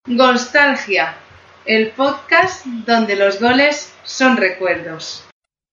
Golstalgia, el podcast donde los goles son recuerdos.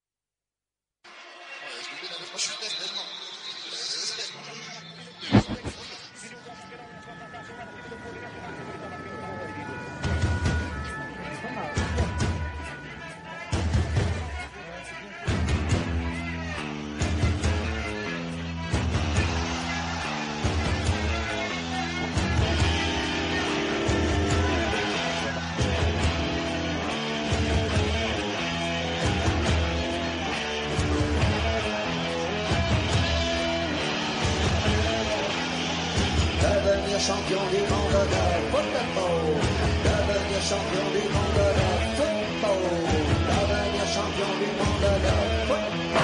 Champion du monde de football, devenir champion du monde de football, devenir champion du monde de football.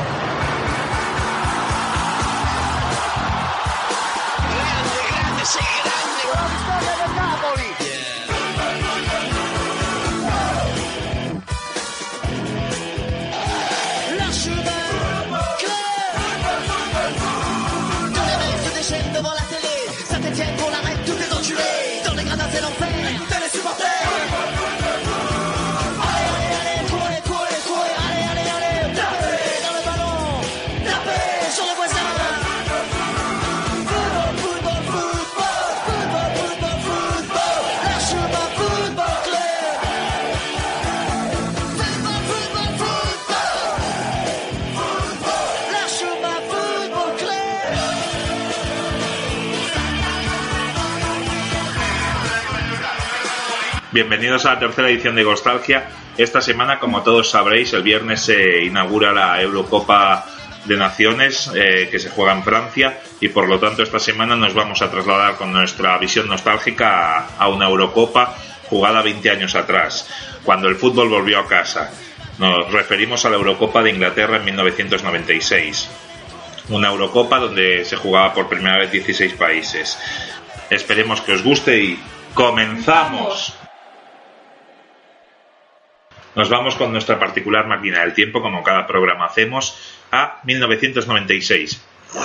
Grande, grande, sì, grande, la vittoria del Napoli. La Super Club. Dans les mecs se déchaînent devant la télé. Saint-Etienne pour l'arrêt, tous les enculés. Dans les gradins c'est l'enfer, écoutez les supporters. Allez, allez, allez, courez, courez, courez. Allez, allez, allez, tapez dans le ballon. Tapez sur le voisin. Football, football, football. Football, football, football. La Super Football Club. Football, football, football. Football. La Super Football Club. Bienvenidos a la tercera edición de Golstalgia. Esta semana, como todos sabréis, el viernes se inaugura la Eurocopa de Naciones que se juega en Francia y por lo tanto esta semana nos vamos a trasladar con nuestra visión nostálgica a una Eurocopa jugada 20 años atrás, cuando el fútbol volvió a casa. Nos referimos a la Eurocopa de Inglaterra en 1996. Una Eurocopa donde se jugaba por primera vez 16 países. Esperemos que os guste y ¡comenzamos! Nos vamos con nuestra particular máquina del tiempo, como cada programa hacemos, a 1996.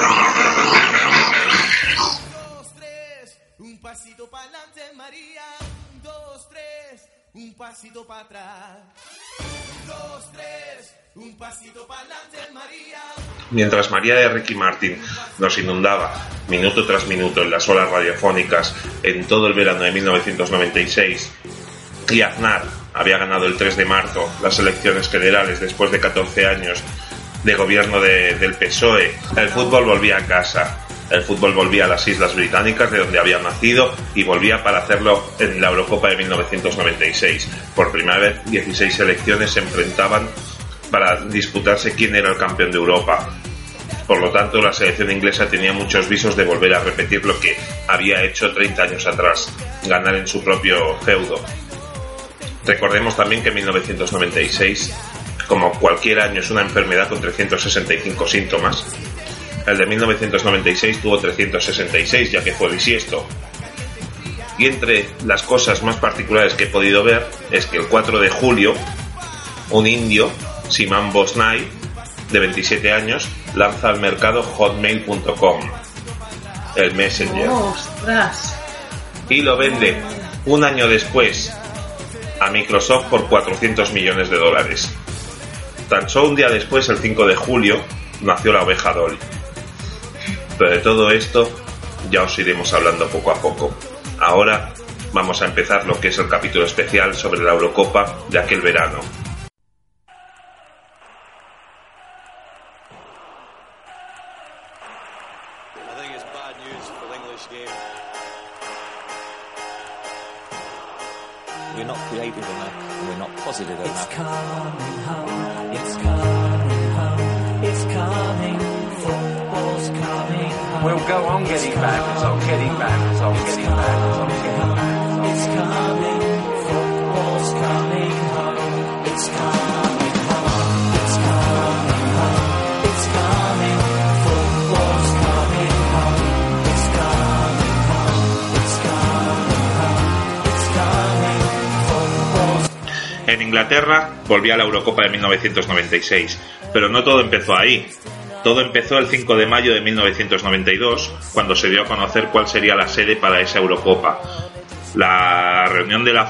Un pasito para adelante, María. 2, 3, un pasito para atrás. 2, 3, un pasito para adelante, María. Mientras María de Ricky Martin nos inundaba minuto tras minuto en las olas radiofónicas en todo el verano de 1996, y Aznar había ganado el 3 de marzo las elecciones generales después de 14 años de gobierno del PSOE, el fútbol volvía a casa. El fútbol volvía a las Islas Británicas, de donde había nacido, y volvía para hacerlo en la Eurocopa de 1996. Por primera vez, 16 selecciones se enfrentaban para disputarse quién era el campeón de Europa. Por lo tanto, la selección inglesa tenía muchos visos de volver a repetir lo que había hecho 30 años atrás, ganar en su propio feudo. Recordemos también que en 1996, como cualquier año es una enfermedad con 365 síntomas, el de 1996 tuvo 366, ya que fue bisiesto. Y entre las cosas más particulares que he podido ver es que el 4 de julio, un indio, Siman Bosnai, de 27 años, lanza al mercado hotmail.com, el Messenger. ¡Ostras! Y lo vende un año después a Microsoft por $400 millones. Tan solo un día después, el 5 de julio, nació la oveja Dolly. Pero de todo esto ya os iremos hablando poco a poco. Ahora vamos a empezar lo que es el capítulo especial sobre la Eurocopa de aquel verano. We're not creative enough, we're not positive enough. It's coming home, it's coming home, it's coming, football's coming home. We'll go on getting backwards, on getting backwards, on getting backwards, on getting backwards. It's coming, football's coming home, it's coming home, it's coming home, it's coming, football's coming home, it's coming home, it's coming home, it's coming, football's. En Inglaterra volvía a la Eurocopa de 1996, pero no todo empezó ahí. Todo empezó el 5 de mayo de 1992, cuando se dio a conocer cuál sería la sede para esa Eurocopa. La reunión de la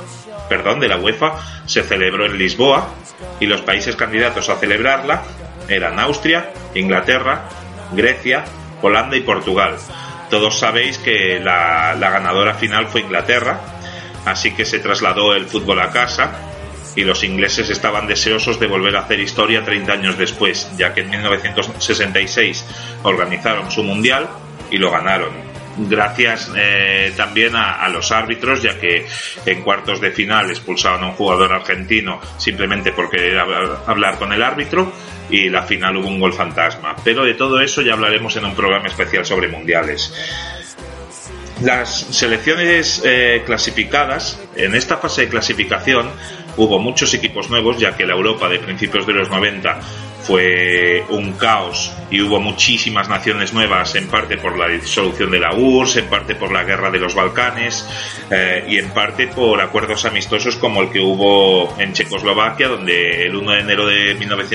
UEFA, se celebró en Lisboa y los países candidatos a celebrarla eran Austria, Inglaterra, Grecia, Holanda y Portugal. Todos sabéis que la ganadora final fue Inglaterra, así que se trasladó el fútbol a casa y los ingleses estaban deseosos de volver a hacer historia 30 años después, ya que en 1966 organizaron su mundial y lo ganaron. Gracias también a los árbitros, ya que en cuartos de final expulsaron a un jugador argentino simplemente por querer hablar con el árbitro, y la final hubo un gol fantasma. Pero de todo eso ya hablaremos en un programa especial sobre mundiales. Las selecciones clasificadas, en esta fase de clasificación hubo muchos equipos nuevos, ya que la Europa de principios de los 90 fue un caos y hubo muchísimas naciones nuevas, en parte por la disolución de la URSS, en parte por la guerra de los Balcanes y en parte por acuerdos amistosos como el que hubo en Checoslovaquia, donde el 1 de enero de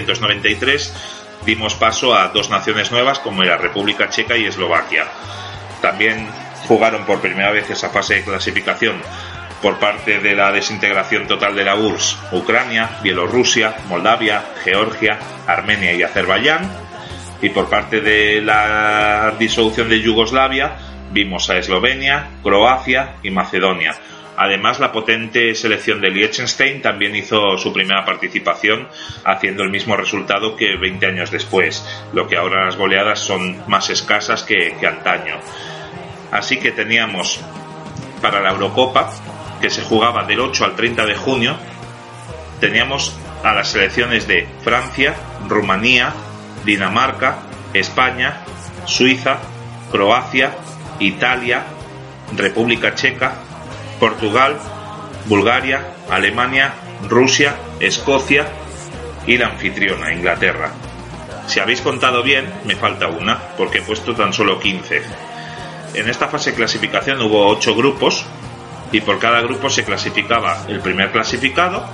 1993 dimos paso a dos naciones nuevas como era República Checa y Eslovaquia. También jugaron por primera vez esa fase de clasificación por parte de la desintegración total de la URSS, Ucrania, Bielorrusia, Moldavia, Georgia, Armenia y Azerbaiyán, y por parte de la disolución de Yugoslavia vimos a Eslovenia, Croacia y Macedonia. Además, la potente selección de Liechtenstein también hizo su primera participación, haciendo el mismo resultado que 20 años después, lo que ahora las goleadas son más escasas que antaño. Así que teníamos para la Eurocopa, que se jugaba del 8 al 30 de junio, teníamos a las selecciones de Francia, Rumanía, Dinamarca, España, Suiza, Croacia, Italia, República Checa, Portugal, Bulgaria, Alemania, Rusia, Escocia y la anfitriona, Inglaterra. Si habéis contado bien, me falta una, porque he puesto tan solo 15. En esta fase de clasificación hubo 8 grupos, y por cada grupo se clasificaba el primer clasificado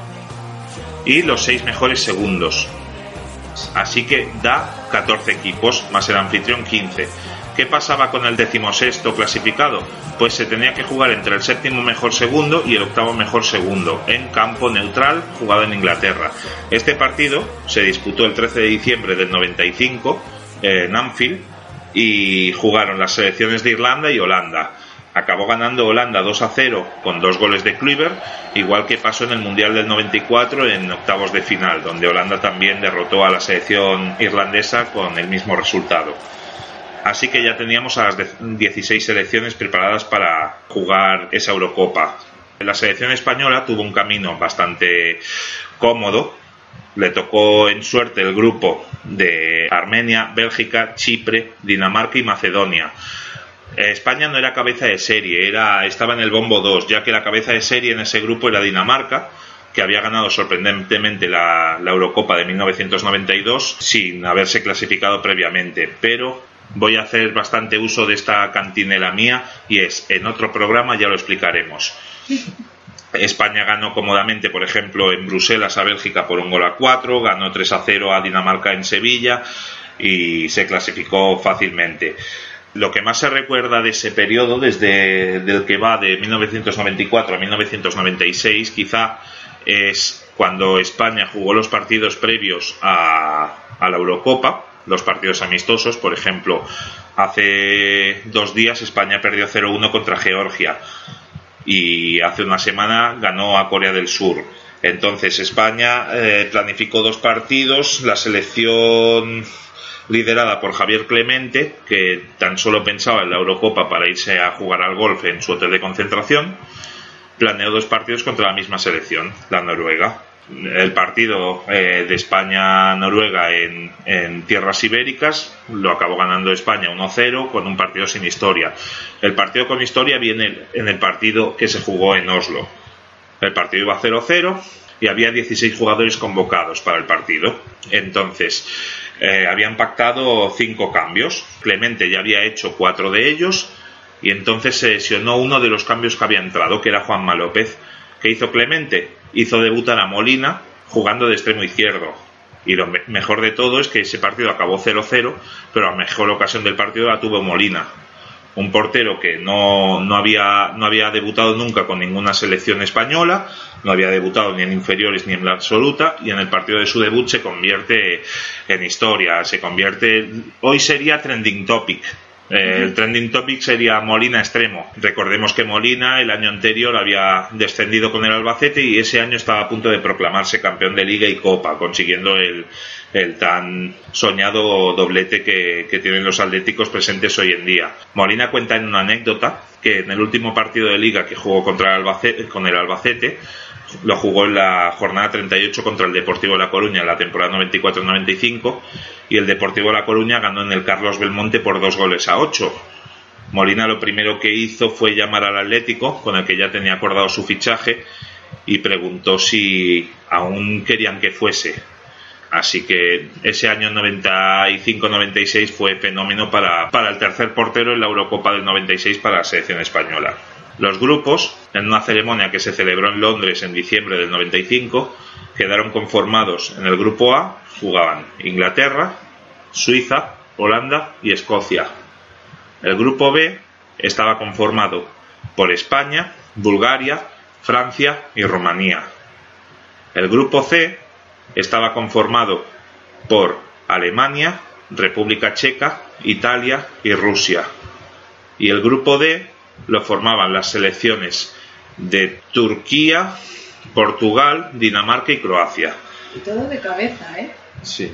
y los 6 mejores segundos. Así que da 14 equipos, más el anfitrión 15. ¿Qué pasaba con el 16º clasificado? Pues se tenía que jugar entre el 7º mejor segundo y el 8º mejor segundo, en campo neutral, jugado en Inglaterra. Este partido se disputó el 13 de diciembre del 95 en Anfield y jugaron las selecciones de Irlanda y Holanda. Acabó ganando Holanda 2-0 con 2 goles de Kluivert, igual que pasó en el Mundial del 94 en octavos de final, donde Holanda también derrotó a la selección irlandesa con el mismo resultado. Así que ya teníamos a las 16 selecciones preparadas para jugar esa Eurocopa. La selección española tuvo un camino bastante cómodo. Le tocó en suerte el grupo de Armenia, Bélgica, Chipre, Dinamarca y Macedonia. España no era cabeza de serie, estaba en el bombo 2, ya que la cabeza de serie en ese grupo era Dinamarca, que había ganado sorprendentemente la Eurocopa de 1992 sin haberse clasificado previamente. Pero voy a hacer bastante uso de esta cantinela mía y en otro programa ya lo explicaremos. España ganó cómodamente, por ejemplo, en Bruselas a Bélgica por 1-4, ganó 3-0 a Dinamarca en Sevilla y se clasificó fácilmente. Lo que más se recuerda de ese periodo, desde el que va de 1994 a 1996, quizá es cuando España jugó los partidos previos a la Eurocopa, los partidos amistosos. Por ejemplo, hace 2 días España perdió 0-1 contra Georgia y hace una semana ganó a Corea del Sur. Entonces España planificó 2 partidos, la selección liderada por Javier Clemente, que tan solo pensaba en la Eurocopa para irse a jugar al golf en su hotel de concentración, planeó 2 partidos contra la misma selección, la Noruega. El partido de España-Noruega en tierras ibéricas lo acabó ganando España 1-0 con un partido sin historia. El partido con historia viene en el partido que se jugó en Oslo. El partido iba 0-0 y había 16 jugadores convocados para el partido. Entonces habían pactado 5 cambios. Clemente ya había hecho 4 de ellos y entonces se lesionó uno de los cambios que había entrado, que era Juanma López. ¿Qué hizo Clemente? Hizo debutar a Molina jugando de extremo izquierdo. Y lo mejor de todo es que ese partido acabó 0-0, pero la mejor ocasión del partido la tuvo Molina, un portero que no había debutado nunca con ninguna selección española, no había debutado ni en inferiores ni en la absoluta, y en el partido de su debut se convierte en historia, hoy sería trending topic. El trending topic sería Molina extremo. Recordemos que Molina el año anterior había descendido con el Albacete y ese año estaba a punto de proclamarse campeón de Liga y Copa, consiguiendo el tan soñado doblete que tienen los atléticos presentes hoy en día. Molina cuenta en una anécdota que en el último partido de Liga que jugó con el Albacete, lo jugó en la jornada 38 contra el Deportivo La Coruña en la temporada 94-95, y el Deportivo La Coruña ganó en el Carlos Belmonte por 2-8. Molina lo primero que hizo fue llamar al Atlético, con el que ya tenía acordado su fichaje, y preguntó si aún querían que fuese. Así que ese año 95-96 fue fenómeno para el tercer portero en la Eurocopa del 96 para la selección española. Los grupos, en una ceremonia que se celebró en Londres en diciembre del 95, quedaron conformados. En el grupo A jugaban Inglaterra, Suiza, Holanda y Escocia. El grupo B estaba conformado por España, Bulgaria, Francia y Rumanía. El grupo C estaba conformado por Alemania, República Checa, Italia y Rusia. Y el grupo D lo formaban las selecciones de Turquía, Portugal, Dinamarca y Croacia. Y todo de cabeza, ¿eh? Sí.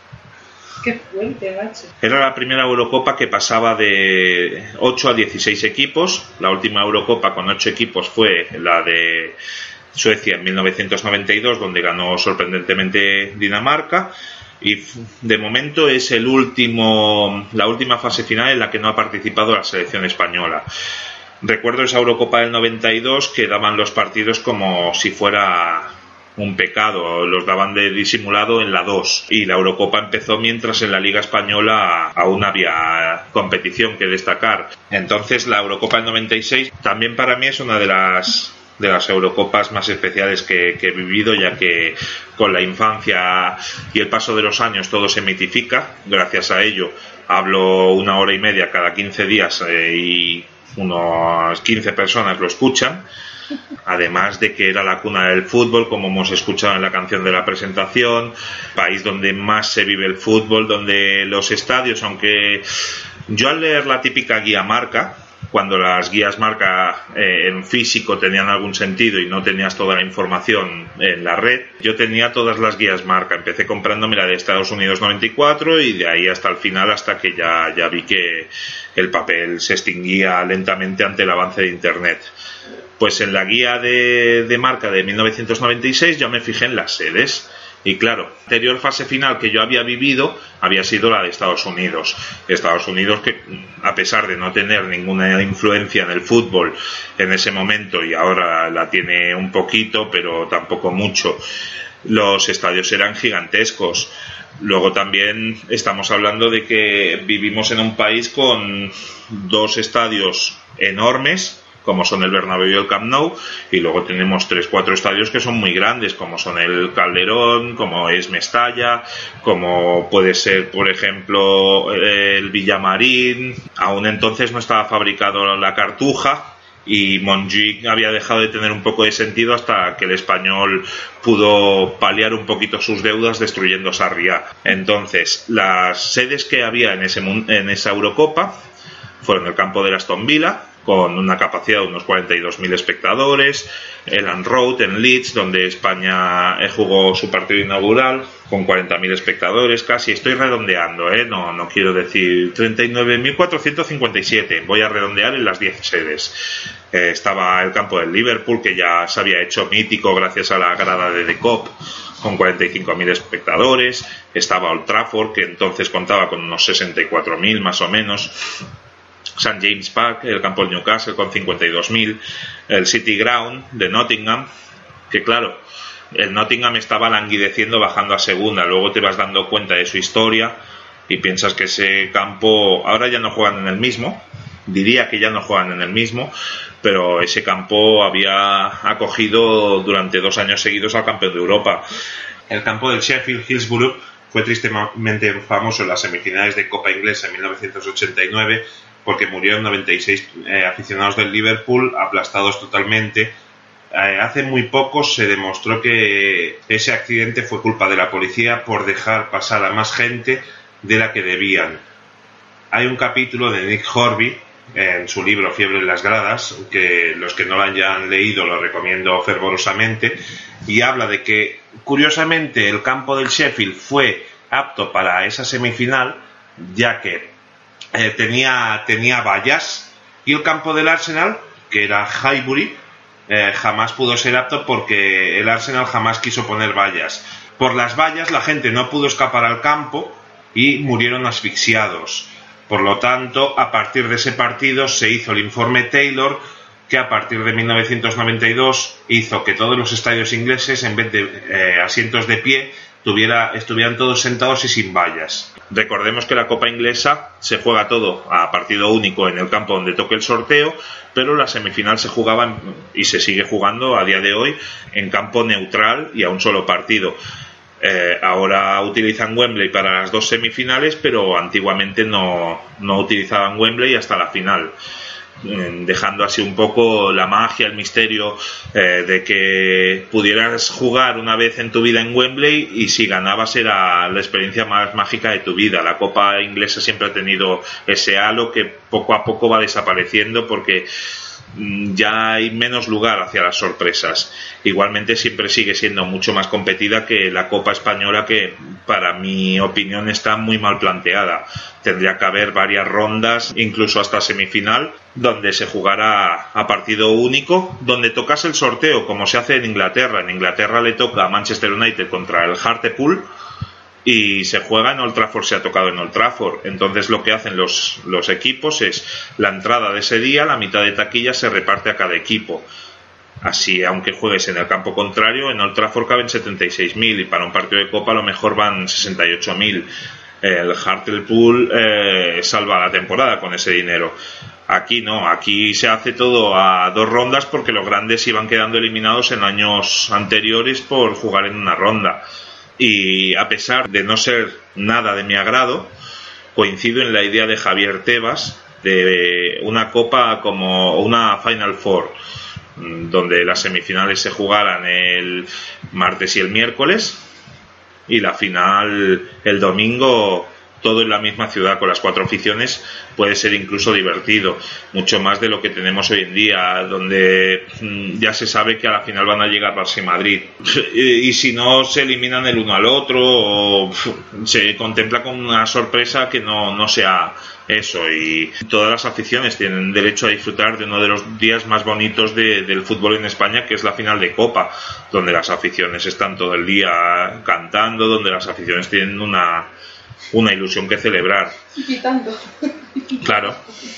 Qué fuerte, macho. Era la primera Eurocopa que pasaba de 8 a 16 equipos. La última Eurocopa con 8 equipos fue la de Suecia en 1992, donde ganó sorprendentemente Dinamarca. Y de momento es la última fase final en la que no ha participado la selección española. Recuerdo esa Eurocopa del 92 que daban los partidos como si fuera un pecado, los daban de disimulado en la 2, y la Eurocopa empezó mientras en la Liga Española aún había competición que destacar. Entonces la Eurocopa del 96 también para mí es una de las Eurocopas más especiales que he vivido, ya que con la infancia y el paso de los años todo se mitifica. Gracias a ello hablo 1 hora y media cada 15 días y unas 15 personas lo escuchan. Además de que era la cuna del fútbol, como hemos escuchado en la canción de la presentación, país donde más se vive el fútbol, donde los estadios, aunque yo al leer la típica guía Marca, cuando las guías Marca en físico tenían algún sentido y no tenías toda la información en la red, yo tenía todas las guías Marca. Empecé comprándome la de Estados Unidos 94 y de ahí hasta el final, hasta que ya vi que el papel se extinguía lentamente ante el avance de Internet. Pues en la guía de Marca de 1996 yo me fijé en las sedes. Y claro, la anterior fase final que yo había vivido había sido la de Estados Unidos. Estados Unidos, que a pesar de no tener ninguna influencia en el fútbol en ese momento, y ahora la tiene un poquito, pero tampoco mucho, los estadios eran gigantescos. Luego también estamos hablando de que vivimos en un país con 2 estadios enormes, como son el Bernabéu y el Camp Nou, y luego tenemos 3-4 estadios que son muy grandes, como son el Calderón, como es Mestalla, como puede ser, por ejemplo, el Villamarín. Aún entonces no estaba fabricado la Cartuja, y Montjuic había dejado de tener un poco de sentido hasta que el Español pudo paliar un poquito sus deudas destruyendo Sarriá. Entonces, las sedes que había en esa Eurocopa fueron el campo del Aston Villa, con una capacidad de unos 42.000 espectadores, Elland Road en Leeds, donde España jugó su partido inaugural, con 40.000 espectadores casi. Estoy redondeando, no quiero decir 39.457, voy a redondear en las 10 sedes. Estaba el campo del Liverpool, que ya se había hecho mítico gracias a la grada de The Kop, con 45.000 espectadores. Estaba Old Trafford, que entonces contaba con unos 64.000 más o menos. St. James Park, el campo del Newcastle, con 52.000, el City Ground de Nottingham, que claro, el Nottingham estaba languideciendo bajando a segunda. Luego te vas dando cuenta de su historia y piensas que ese campo, ahora ya no juegan en el mismo, diría que ya no juegan en el mismo, pero ese campo había acogido durante 2 años seguidos al campeón de Europa. El campo del Sheffield Hillsborough fue tristemente famoso en las semifinales de Copa Inglesa en 1989, porque murieron 96 aficionados del Liverpool aplastados totalmente. Hace muy poco se demostró que ese accidente fue culpa de la policía por dejar pasar a más gente de la que debían. Hay un capítulo de Nick Horby en su libro Fiebre en las gradas, que los que no lo hayan leído lo recomiendo fervorosamente, y habla de que curiosamente el campo del Sheffield fue apto para esa semifinal, ya que tenía vallas, y el campo del Arsenal, que era Highbury, jamás pudo ser apto porque el Arsenal jamás quiso poner vallas. Por las vallas la gente no pudo escapar al campo y murieron asfixiados. Por lo tanto, a partir de ese partido se hizo el informe Taylor, que a partir de 1992 hizo que todos los estadios ingleses, en vez de asientos de pie, estuvieran todos sentados y sin vallas. Recordemos que la Copa Inglesa se juega todo a partido único en el campo donde toque el sorteo, pero la semifinal se jugaba y se sigue jugando a día de hoy en campo neutral y a un solo partido. Ahora utilizan Wembley para las dos semifinales, pero antiguamente no utilizaban Wembley hasta la final, dejando así un poco la magia, el misterio de que pudieras jugar una vez en tu vida en Wembley y si ganabas era la experiencia más mágica de tu vida. La Copa Inglesa siempre ha tenido ese halo que poco a poco va desapareciendo porque ya hay menos lugar hacia las sorpresas. Igualmente siempre sigue siendo mucho más competida que la Copa Española, que para mi opinión está muy mal planteada. Tendría que haber varias rondas, incluso hasta semifinal, donde se jugara a partido único, donde tocase el sorteo como se hace en Inglaterra. En Inglaterra le toca a Manchester United contra el Hartlepool y se juega en Old Trafford, se ha tocado en Old Trafford. Entonces lo que hacen los equipos es la entrada de ese día, la mitad de taquilla se reparte a cada equipo. Así, aunque juegues en el campo contrario, en Old Trafford caben 76.000 y para un partido de Copa a lo mejor van 68.000. El Hartlepool salva la temporada con ese dinero. Aquí no, aquí se hace todo a dos rondas porque los grandes iban quedando eliminados en años anteriores por jugar en una ronda. Y a pesar de no ser nada de mi agrado, coincido en la idea de Javier Tebas de una copa como una Final Four, donde las semifinales se jugaran el martes y el miércoles y la final el domingo, todo en la misma ciudad con las 4 aficiones. Puede ser incluso divertido, mucho más de lo que tenemos hoy en día, donde ya se sabe que a la final van a llegar Barça y Madrid, y si no se eliminan el uno al otro o se contempla como una sorpresa que no sea eso. Y todas las aficiones tienen derecho a disfrutar de uno de los días más bonitos del fútbol en España, que es la final de Copa, donde las aficiones están todo el día cantando, donde las aficiones tienen una ilusión que celebrar. Y quitando. Claro.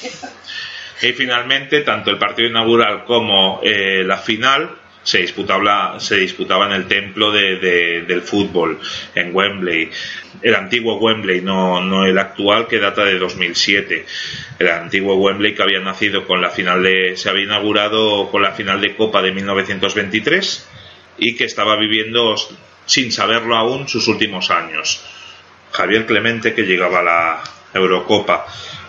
Y finalmente, tanto el partido inaugural como la final se disputaba en el templo del fútbol, en Wembley. El antiguo Wembley, no el actual, que data de 2007. El antiguo Wembley, que había nacido con la final se había inaugurado con la final de Copa de 1923 y que estaba viviendo, sin saberlo aún, sus últimos años. Javier Clemente, que llegaba a la Eurocopa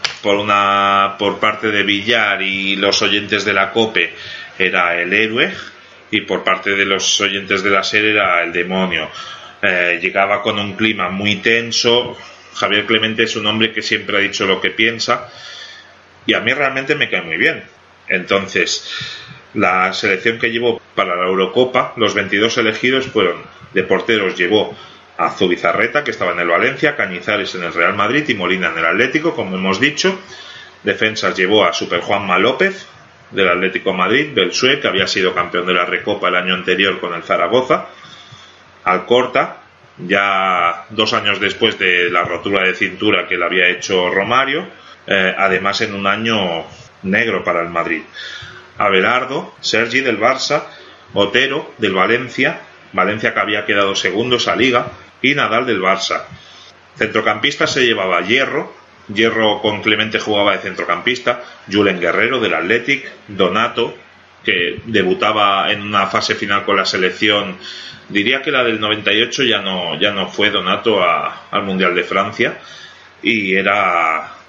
por parte de Villar y los oyentes de la COPE, era el héroe, y por parte de los oyentes de la SER era el demonio. Llegaba con un clima muy tenso. Javier Clemente es un hombre que siempre ha dicho lo que piensa y a mí realmente me cae muy bien. Entonces, la selección que llevó para la Eurocopa, los 22 elegidos fueron: de porteros llevó a Zubizarreta, que estaba en el Valencia, Cañizares en el Real Madrid y Molina en el Atlético, como hemos dicho. Defensas llevó a Super Juanma López del Atlético Madrid, Belsué, que había sido campeón de la Recopa el año anterior con el Zaragoza. Alcorta, ya 2 años después de la rotura de cintura que le había hecho Romario, además en un año negro para el Madrid. Abelardo, Sergi del Barça, Otero del Valencia que había quedado segundo esa liga, y Nadal del Barça. Centrocampista se llevaba Hierro con Clemente jugaba de centrocampista, Julen Guerrero del Athletic, Donato, que debutaba en una fase final con la selección, diría que la del 98 ya no fue Donato al Mundial de Francia, y era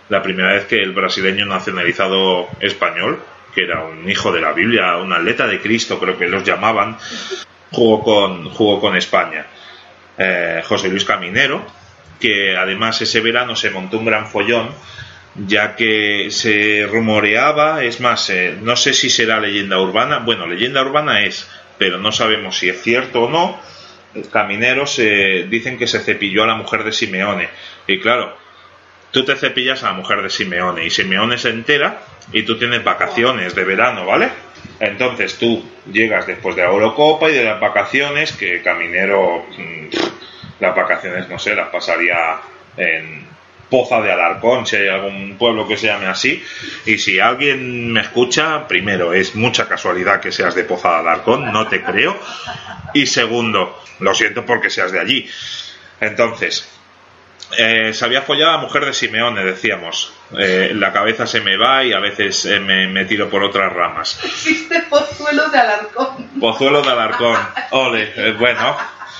la primera vez que el brasileño nacionalizado español, que era un hijo de la Biblia, un atleta de Cristo, creo que los llamaban, jugó con España. José Luis Caminero, que además ese verano se montó un gran follón, ya que se rumoreaba, es más, no sé si será leyenda urbana, bueno, leyenda urbana es, pero no sabemos si es cierto o no. Camineros dicen que se cepilló a la mujer de Simeone, y claro, tú te cepillas a la mujer de Simeone y Simeone se entera y tú tienes vacaciones de verano, ¿vale? Entonces tú llegas después de la Eurocopa y de las vacaciones, que Caminero las vacaciones, no sé, las pasaría en Poza de Alarcón, si hay algún pueblo que se llame así. Y si alguien me escucha, primero, es mucha casualidad que seas de Poza de Alarcón, no te creo. Y segundo, lo siento porque seas de allí. Entonces, se había follado a la mujer de Simeone, decíamos. La cabeza se me va y a veces me tiro por otras ramas. Existe Pozuelo de Alarcón. Pozuelo de Alarcón, ole, bueno.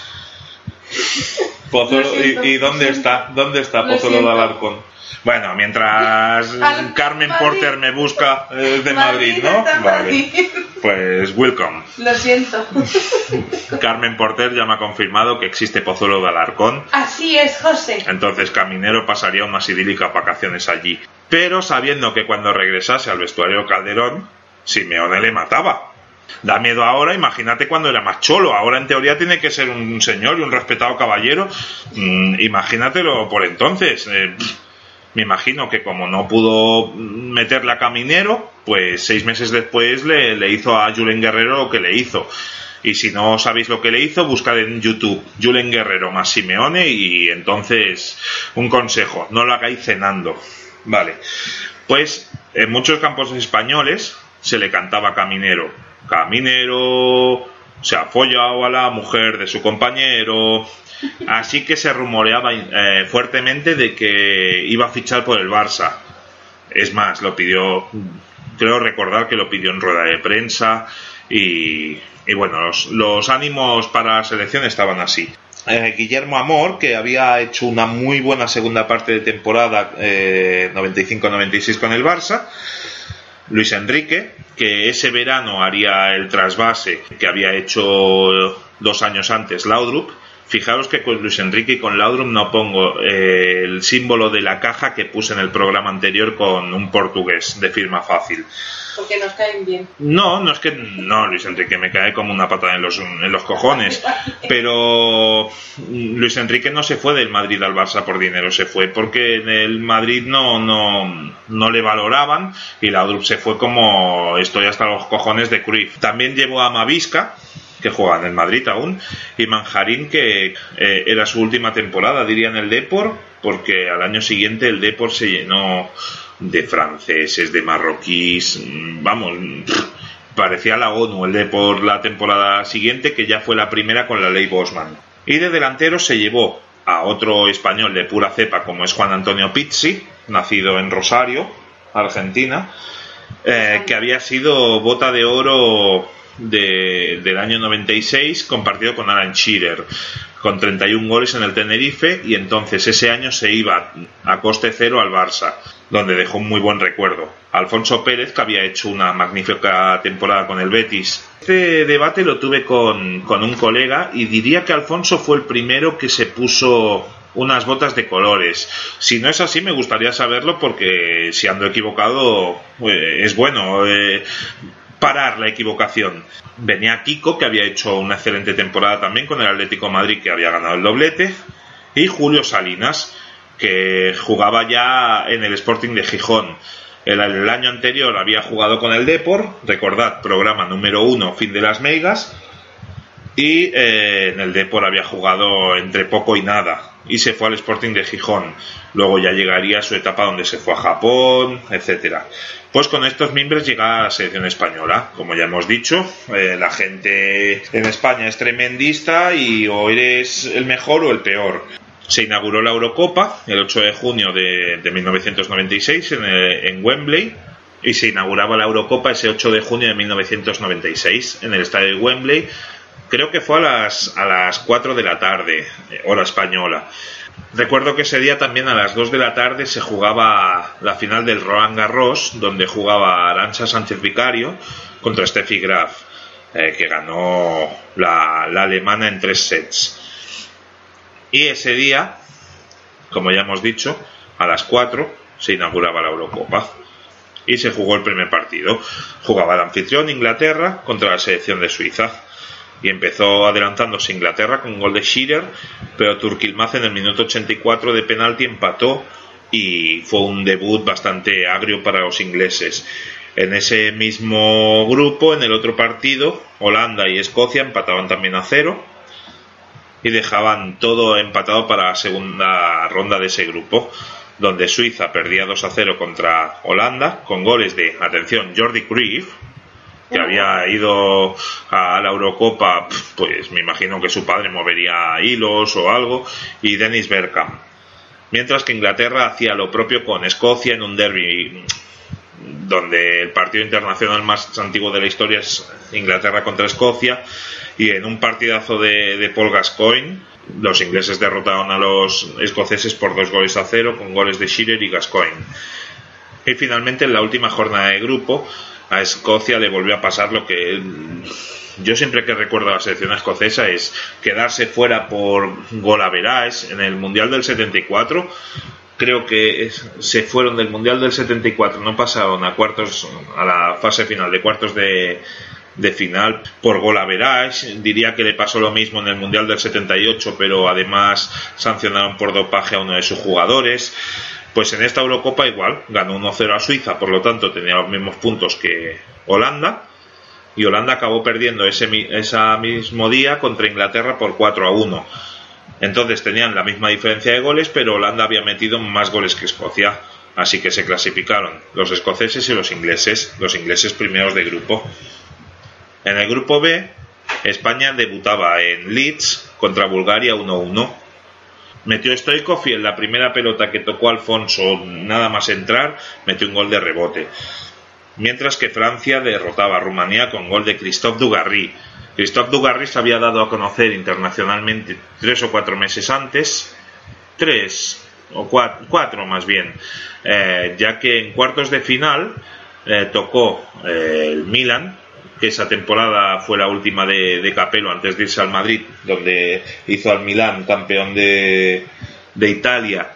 Pozuelo, ¿y dónde está? ¿Dónde está Pozuelo de Alarcón? Bueno, mientras Carmen Porter me busca de Madrid, ¿no? Vale. Pues welcome. Lo siento. Carmen Porter ya me ha confirmado que existe Pozuelo de Alarcón. Así es, José. Entonces Caminero pasaría unas idílicas vacaciones allí. Pero sabiendo que cuando regresase al vestuario Calderón, Simeone le mataba. Da miedo ahora, imagínate cuando era más cholo. Ahora en teoría tiene que ser un señor y un respetado caballero. Imagínatelo por entonces. Me imagino que como no pudo meterle a Caminero, pues 6 meses después le hizo a Julen Guerrero lo que le hizo. Y si no sabéis lo que le hizo, buscad en YouTube Julen Guerrero más Simeone y entonces un consejo, no lo hagáis cenando. Vale, pues en muchos campos españoles se le cantaba a Caminero: Caminero se ha follado a la mujer de su compañero. Así que se rumoreaba fuertemente de que iba a fichar por el Barça. Es más, lo pidió, creo recordar que lo pidió en rueda de prensa y bueno, los ánimos para la selección estaban así. Guillermo Amor, que había hecho una muy buena segunda parte de temporada 95-96 con el Barça. Luis Enrique, que ese verano haría el trasvase que había hecho 2 años antes Laudrup. Fijaros que con Luis Enrique y con Laudrup no pongo el símbolo de la caja que puse en el programa anterior con un portugués de firma fácil. Porque nos caen bien. No es que no, Luis Enrique me cae como una patada en los cojones. Pero Luis Enrique no se fue del Madrid al Barça por dinero, se fue porque en el Madrid no le valoraban y Laudrup se fue como estoy hasta los cojones de Cruyff. También llevó a Mavisca, que juega en el Madrid aún, y Manjarín, que era su última temporada, diría, en el Depor, porque al año siguiente el Depor se llenó de franceses, de marroquíes, vamos, parecía la ONU el Depor la temporada siguiente, que ya fue la primera con la ley Bosman. Y de delantero se llevó a otro español de pura cepa como es Juan Antonio Pizzi, nacido en Rosario, Argentina, que había sido bota de oro del año 96, compartido con Alan Shearer, con 31 goles en el Tenerife, y entonces ese año se iba a coste cero al Barça, donde dejó un muy buen recuerdo. Alfonso Pérez, que había hecho una magnífica temporada con el Betis. Este debate lo tuve con un colega y diría que Alfonso fue el primero que se puso unas botas de colores. Si no es así, me gustaría saberlo, porque si ando equivocado, es bueno parar la equivocación. Venía Kiko, que había hecho una excelente temporada también con el Atlético de Madrid, que había ganado el doblete, y Julio Salinas, que jugaba ya en el Sporting de Gijón. El año anterior había jugado con el Depor, recordad, programa número 1, fin de las Meigas, y en el Depor había jugado entre poco y nada, y se fue al Sporting de Gijón. Luego ya llegaría su etapa donde se fue a Japón, etcétera. Pues con estos miembros llega a la selección española. Como ya hemos dicho, la gente en España es tremendista y o eres el mejor o el peor. Se inauguró la Eurocopa el 8 de junio de 1996 en Wembley, y se inauguraba la Eurocopa ese 8 de junio de 1996 en el estadio de Wembley, Creo que fue a las 4 de la tarde, hora española. Recuerdo que ese día también a las 2 de la tarde se jugaba la final del Roland Garros, donde jugaba Arantxa Sánchez Vicario contra Steffi Graf, que ganó la alemana en 3 sets. Y ese día, como ya hemos dicho, a las 4 se inauguraba la Eurocopa y se jugó el primer partido. Jugaba el anfitrión Inglaterra contra la selección de Suiza. Y empezó adelantándose Inglaterra con un gol de Shearer, pero Turquilmaz en el minuto 84 de penalti empató y fue un debut bastante agrio para los ingleses. En ese mismo grupo, en el otro partido, Holanda y Escocia empataban también a 0 y dejaban todo empatado para la segunda ronda de ese grupo, donde Suiza perdía 2-0 contra Holanda con goles de, atención, Jordi Cruyff, que había ido a la Eurocopa, pues me imagino que su padre movería hilos o algo, y Dennis Bergkamp. Mientras que Inglaterra hacía lo propio con Escocia en un derbi donde el partido internacional más antiguo de la historia es Inglaterra contra Escocia, y en un partidazo de Paul Gascoigne los ingleses derrotaron a los escoceses por 2-0 con goles de Shearer y Gascoigne. Y finalmente en la última jornada de grupo a Escocia le volvió a pasar lo que yo siempre que recuerdo a la selección escocesa es quedarse fuera por gol average en el Mundial del 74. Creo que se fueron del Mundial del 74, no pasaron a la fase final de cuartos de final por gol average. Diría que le pasó lo mismo en el Mundial del 78, pero además sancionaron por dopaje a uno de sus jugadores. Pues en esta Eurocopa igual, ganó 1-0 a Suiza, por lo tanto tenía los mismos puntos que Holanda, y Holanda acabó perdiendo ese mismo día contra Inglaterra por 4-1. Entonces tenían la misma diferencia de goles, pero Holanda había metido más goles que Escocia, así que se clasificaron los escoceses y los ingleses primeros de grupo. En el grupo B, España debutaba en Leeds contra Bulgaria 1-1. Metió Stoichkov y en la primera pelota que tocó Alfonso, nada más entrar, metió un gol de rebote. Mientras que Francia derrotaba a Rumanía con gol de Christophe Dugarry. Christophe Dugarry se había dado a conocer internacionalmente 3 o 4 meses antes, 3 o 4 más bien, ya que en cuartos de final tocó el Milan, que esa temporada fue la última de Capello antes de irse al Madrid, donde hizo al Milán campeón de Italia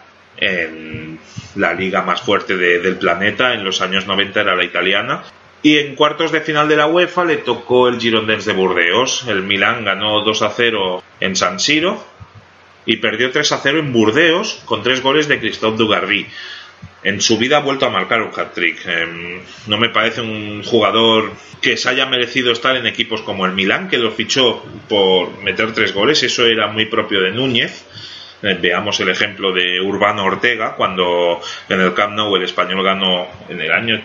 en la liga más fuerte del planeta. En los años 90 era la italiana. Y en cuartos de final de la UEFA le tocó el Girondins de Burdeos. El Milán ganó 2-0 en San Siro y perdió 3-0 en Burdeos con 3 goles de Christophe Dugarry. En su vida ha vuelto a marcar un hat-trick. No me parece un jugador que se haya merecido estar en equipos como el Milán, que lo fichó por meter 3 goles. Eso era muy propio de Núñez. Veamos el ejemplo de Urbano Ortega, cuando en el Camp Nou el Español ganó en el año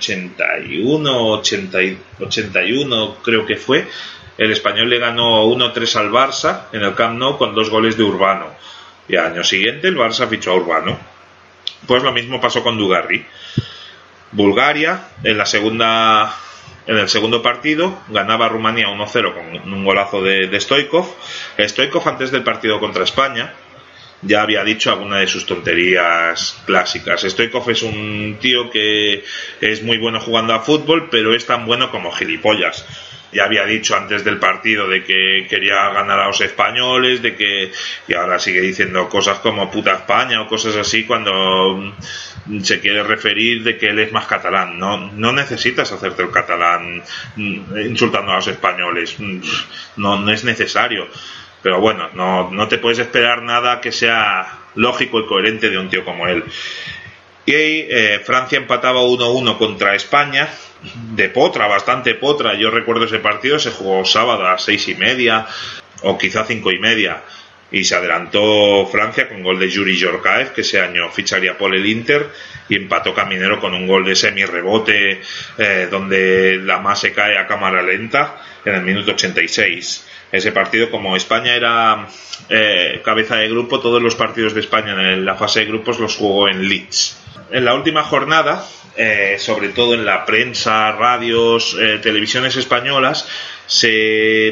81, creo que fue. El Español le ganó 1-3 al Barça en el Camp Nou con 2 goles de Urbano. Y al año siguiente el Barça fichó a Urbano. Pues lo mismo pasó con Dugarry. Bulgaria, en el segundo partido, ganaba a Rumanía 1-0 con un golazo de Stoichkov. Stoichkov, antes del partido contra España, ya había dicho alguna de sus tonterías clásicas. Stoichkov es un tío que es muy bueno jugando a fútbol, pero es tan bueno como gilipollas. Ya había dicho antes del partido de que quería ganar a los españoles, y ahora sigue diciendo cosas como puta España o cosas así cuando se quiere referir de que él es más catalán. No necesitas hacerte el catalán insultando a los españoles, no es necesario. Pero bueno, no te puedes esperar nada que sea lógico y coherente de un tío como él. Y Francia empataba 1-1 contra España, de potra, bastante potra. Yo recuerdo ese partido, se jugó sábado a las 6:30 o quizá 5:30, y se adelantó Francia con gol de Yuri Yorkaev, que ese año ficharía por el Inter, y empató Caminero con un gol de semi-rebote donde la más se cae a cámara lenta en el minuto 86. Ese partido, como España era cabeza de grupo, todos los partidos de España en la fase de grupos los jugó en Leeds. En la última jornada, sobre todo en la prensa, radios, televisiones españolas, se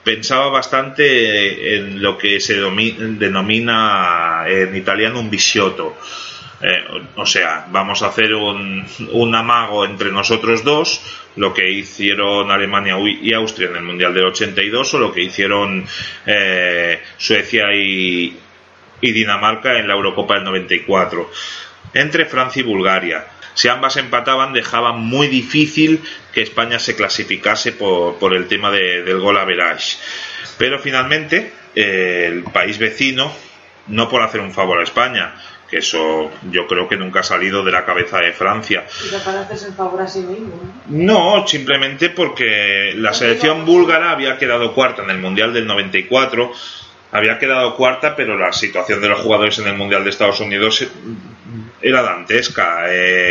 pensaba bastante en lo que se denomina en italiano un visiotto. O sea, vamos a hacer un amago entre nosotros dos, lo que hicieron Alemania y Austria en el Mundial del 82 o lo que hicieron Suecia y Dinamarca en la Eurocopa del 94, entre Francia y Bulgaria. Si ambas empataban, dejaban muy difícil que España se clasificase por el tema del gol average. Pero finalmente el país vecino, no por hacer un favor a España, que eso yo creo que nunca ha salido de la cabeza de Francia. Y para hacerse el favor a sí mismo, ¿no? No, simplemente porque la selección búlgara había quedado cuarta en el Mundial del 94, había quedado cuarta, pero la situación de los jugadores en el Mundial de Estados Unidos era dantesca.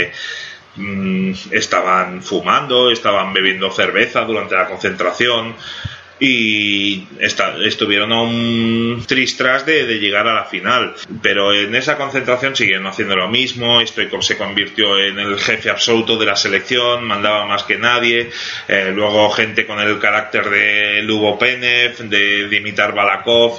Estaban fumando, estaban bebiendo cerveza durante la concentración y estuvieron a un tris-tras de llegar a la final, pero en esa concentración siguieron haciendo lo mismo. Stoichkov se convirtió en el jefe absoluto de la selección, mandaba más que nadie. Luego gente con el carácter de Lubo Penev, de Dimitar Balakov,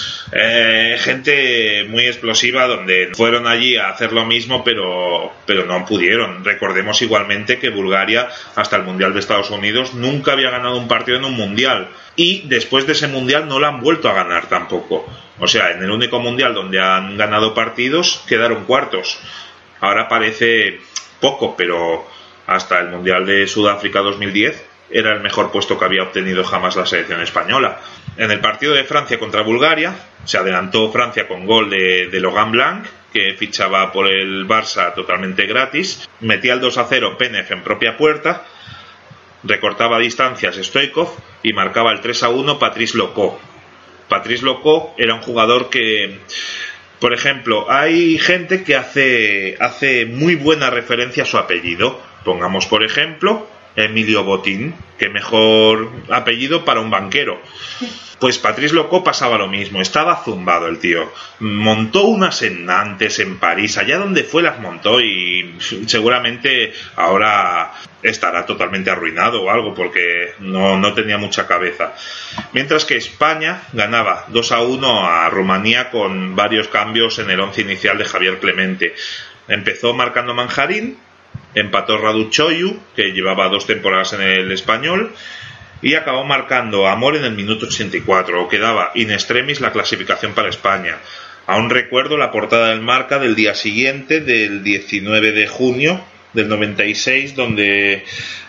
gente muy explosiva, donde fueron allí a hacer lo mismo, pero no pudieron. Recordemos igualmente que Bulgaria, hasta el Mundial de Estados Unidos, nunca había ganado un partido en un Mundial, y después de ese Mundial no lo han vuelto a ganar tampoco. O sea, en el único Mundial donde han ganado partidos quedaron cuartos. Ahora parece poco, pero hasta el Mundial de Sudáfrica 2010 era el mejor puesto que había obtenido jamás la selección española. En el partido de Francia contra Bulgaria se adelantó Francia con gol de Logan Blanc, que fichaba por el Barça totalmente gratis. Metía el 2-0 Penev en propia puerta, recortaba distancias Stoichkov y marcaba el 3-1 Patrice Locó. Patrice Locó era un jugador que, por ejemplo, hay gente que hace muy buena referencia a su apellido. Pongamos, por ejemplo, Emilio Botín, que mejor apellido para un banquero. Pues Patrice Locó pasaba lo mismo, estaba zumbado el tío. Montó unas en Nantes, en París, allá donde fue las montó, y seguramente ahora estará totalmente arruinado o algo, porque no tenía mucha cabeza. Mientras que España ganaba 2-1 a Rumanía con varios cambios en el once inicial de Javier Clemente. Empezó marcando Manjarín, empató Radu Choiu, que llevaba 2 temporadas en el Español, y acabó marcando Amor en el minuto 84, que daba in extremis la clasificación para España. Aún recuerdo la portada del Marca del día siguiente, del 19 de junio del 96, donde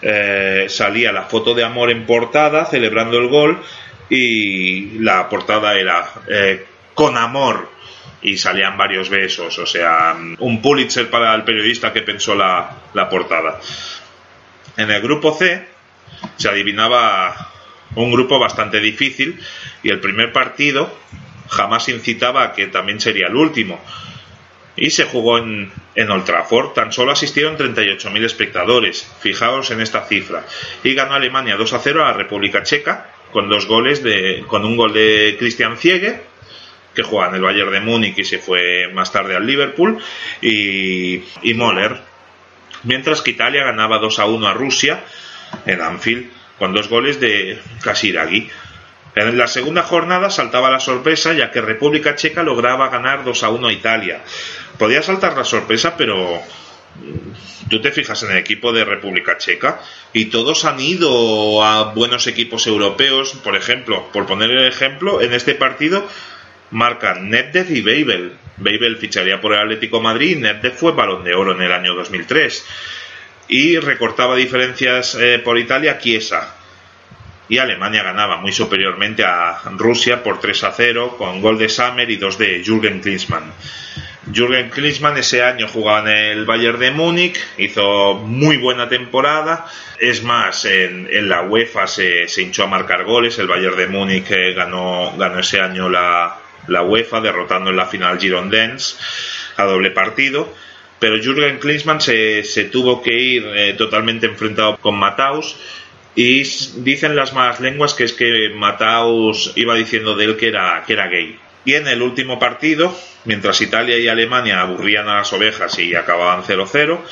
salía la foto de Amor en portada celebrando el gol, y la portada era con amor, y salían varios besos. O sea, un Pulitzer para el periodista que pensó la portada. En el grupo C se adivinaba un grupo bastante difícil, y el primer partido jamás incitaba a que también sería el último, y se jugó en Old Trafford. Tan solo asistieron 38.000 espectadores, fijaos en esta cifra, y ganó Alemania 2-0 a la República Checa con un gol de Christian Ziege, que juega en el Bayern de Múnich y se fue más tarde al Liverpool, y Möller. Mientras que Italia ganaba 2-1 a Rusia en Anfield con 2 goles de Casiraghi. En la segunda jornada saltaba la sorpresa, ya que República Checa lograba ganar 2-1 a Italia. Podía saltar la sorpresa, pero tú te fijas en el equipo de República Checa y todos han ido a buenos equipos europeos. Por ejemplo, por poner el ejemplo, en este partido marcan Nedved y Weibel. Weibel ficharía por el Atlético Madrid y Nedved fue Balón de Oro en el año 2003. Y recortaba diferencias por Italia Chiesa. Y Alemania ganaba muy superiormente a Rusia por 3-0 con gol de Sammer y 2 de Jürgen Klinsmann. Jürgen Klinsmann ese año jugaba en el Bayern de Múnich, hizo muy buena temporada. Es más, en la UEFA se hinchó a marcar goles. El Bayern de Múnich ganó ese año la UEFA, derrotando en la final Girondins a doble partido. Pero Jürgen Klinsmann se tuvo que ir totalmente enfrentado con Matthaus, y dicen las malas lenguas que es que Matthaus iba diciendo de él que era gay. Y en el último partido, mientras Italia y Alemania aburrían a las ovejas y acababan 0-0,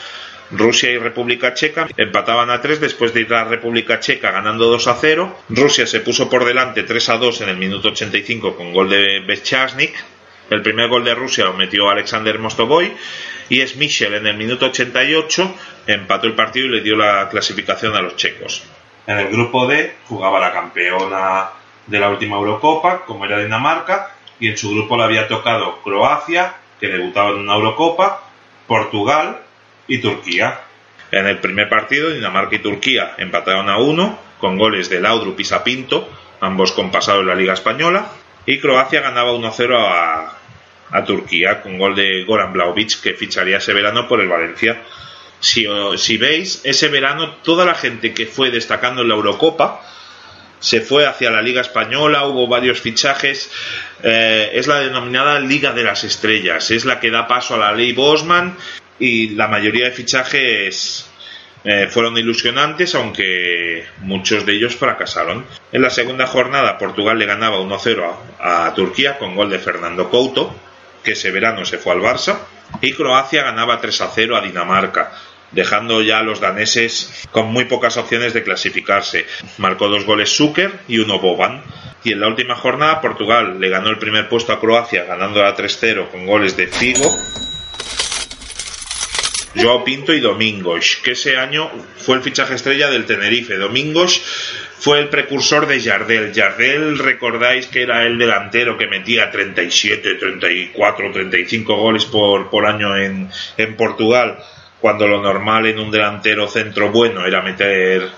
Rusia y República Checa empataban a 3 después de ir a República Checa ganando 2-0. Rusia se puso por delante 3-2 en el minuto 85 con gol de Bechasnik. El primer gol de Rusia lo metió Alexander Mostovoy y Schmeichel en el minuto 88 empató el partido y le dio la clasificación a los checos. En el grupo D jugaba la campeona de la última Eurocopa, como era Dinamarca, y en su grupo le había tocado Croacia, que debutaba en una Eurocopa, Portugal y Turquía. En el primer partido, Dinamarca y Turquía empataron a 1 con goles de Laudrup y Sapinto, ambos con pasado en la Liga Española, y Croacia ganaba 1-0 a Turquía con gol de Goran Vlahovic, que ficharía ese verano por el Valencia. Si veis, ese verano toda la gente que fue destacando en la Eurocopa se fue hacia la Liga Española, hubo varios fichajes. Es la denominada Liga de las Estrellas, es la que da paso a la ley Bosman, y la mayoría de fichajes fueron ilusionantes, aunque muchos de ellos fracasaron. En la segunda jornada Portugal le ganaba 1-0 a Turquía con gol de Fernando Couto, que ese verano se fue al Barça, y Croacia ganaba 3-0 a Dinamarca, dejando ya a los daneses con muy pocas opciones de clasificarse. Marcó 2 goles Zucker y 1 Boban. Y en la última jornada Portugal le ganó el primer puesto a Croacia ganando a 3-0 con goles de Figo, Joao Pinto y Domingos, que ese año fue el fichaje estrella del Tenerife. Domingos fue el precursor de Jardel. Jardel, recordáis que era el delantero que metía 37, 34, 35 goles por año en Portugal, cuando lo normal en un delantero centro bueno era meter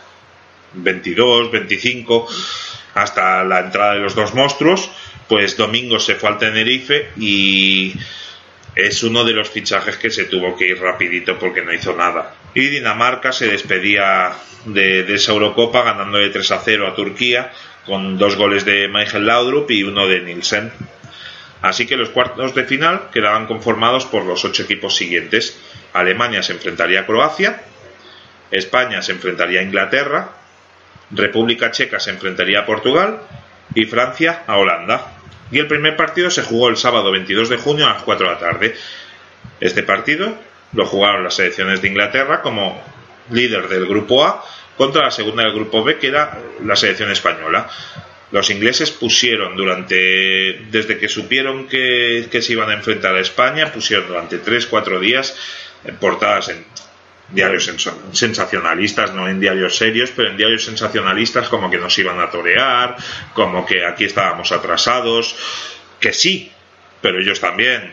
22, 25, hasta la entrada de los dos monstruos. Pues Domingos se fue al Tenerife y es uno de los fichajes que se tuvo que ir rapidito porque no hizo nada. Y Dinamarca se despedía de esa Eurocopa ganándole 3-0 a Turquía con 2 goles de Michael Laudrup y 1 de Nielsen. Así que los cuartos de final quedaban conformados por los 8 equipos siguientes. Alemania se enfrentaría a Croacia, España se enfrentaría a Inglaterra, República Checa se enfrentaría a Portugal y Francia a Holanda. Y el primer partido se jugó el sábado 22 de junio a las 4 de la tarde. Este partido lo jugaron las selecciones de Inglaterra como líder del grupo A contra la segunda del grupo B, que era la selección española. Los ingleses pusieron desde que supieron que se iban a enfrentar a España, pusieron durante 3-4 días portadas en diarios sensacionalistas, no en diarios serios, pero en diarios sensacionalistas, como que nos iban a torear, como que aquí estábamos atrasados, que sí, pero ellos también,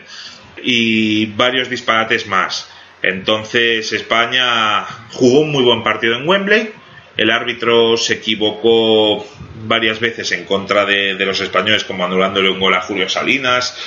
y varios disparates más. Entonces España jugó un muy buen partido en Wembley. El árbitro se equivocó varias veces en contra de los españoles, como anulándole un gol a Julio Salinas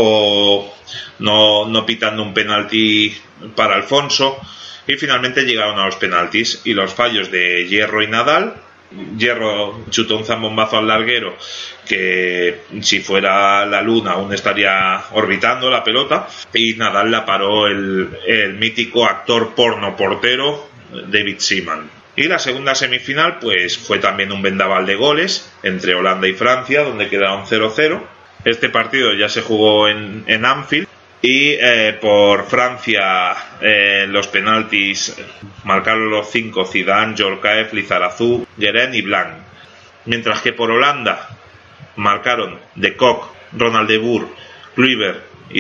o no pitando un penalti para Alfonso, y finalmente llegaron a los penaltis y los fallos de Hierro y Nadal. Hierro chutó un zambombazo al larguero que si fuera la luna aún estaría orbitando la pelota, y Nadal la paró el mítico actor porno portero David Seaman. Y la segunda semifinal pues fue también un vendaval de goles entre Holanda y Francia, donde quedaron 0-0. Este partido ya se jugó en Anfield y por Francia los penaltis marcaron los 5 Zidane, Djorkaeff, Lizarazu, Guérin y Blanc, mientras que por Holanda marcaron De Kock, Ronald de Boer, Kluivert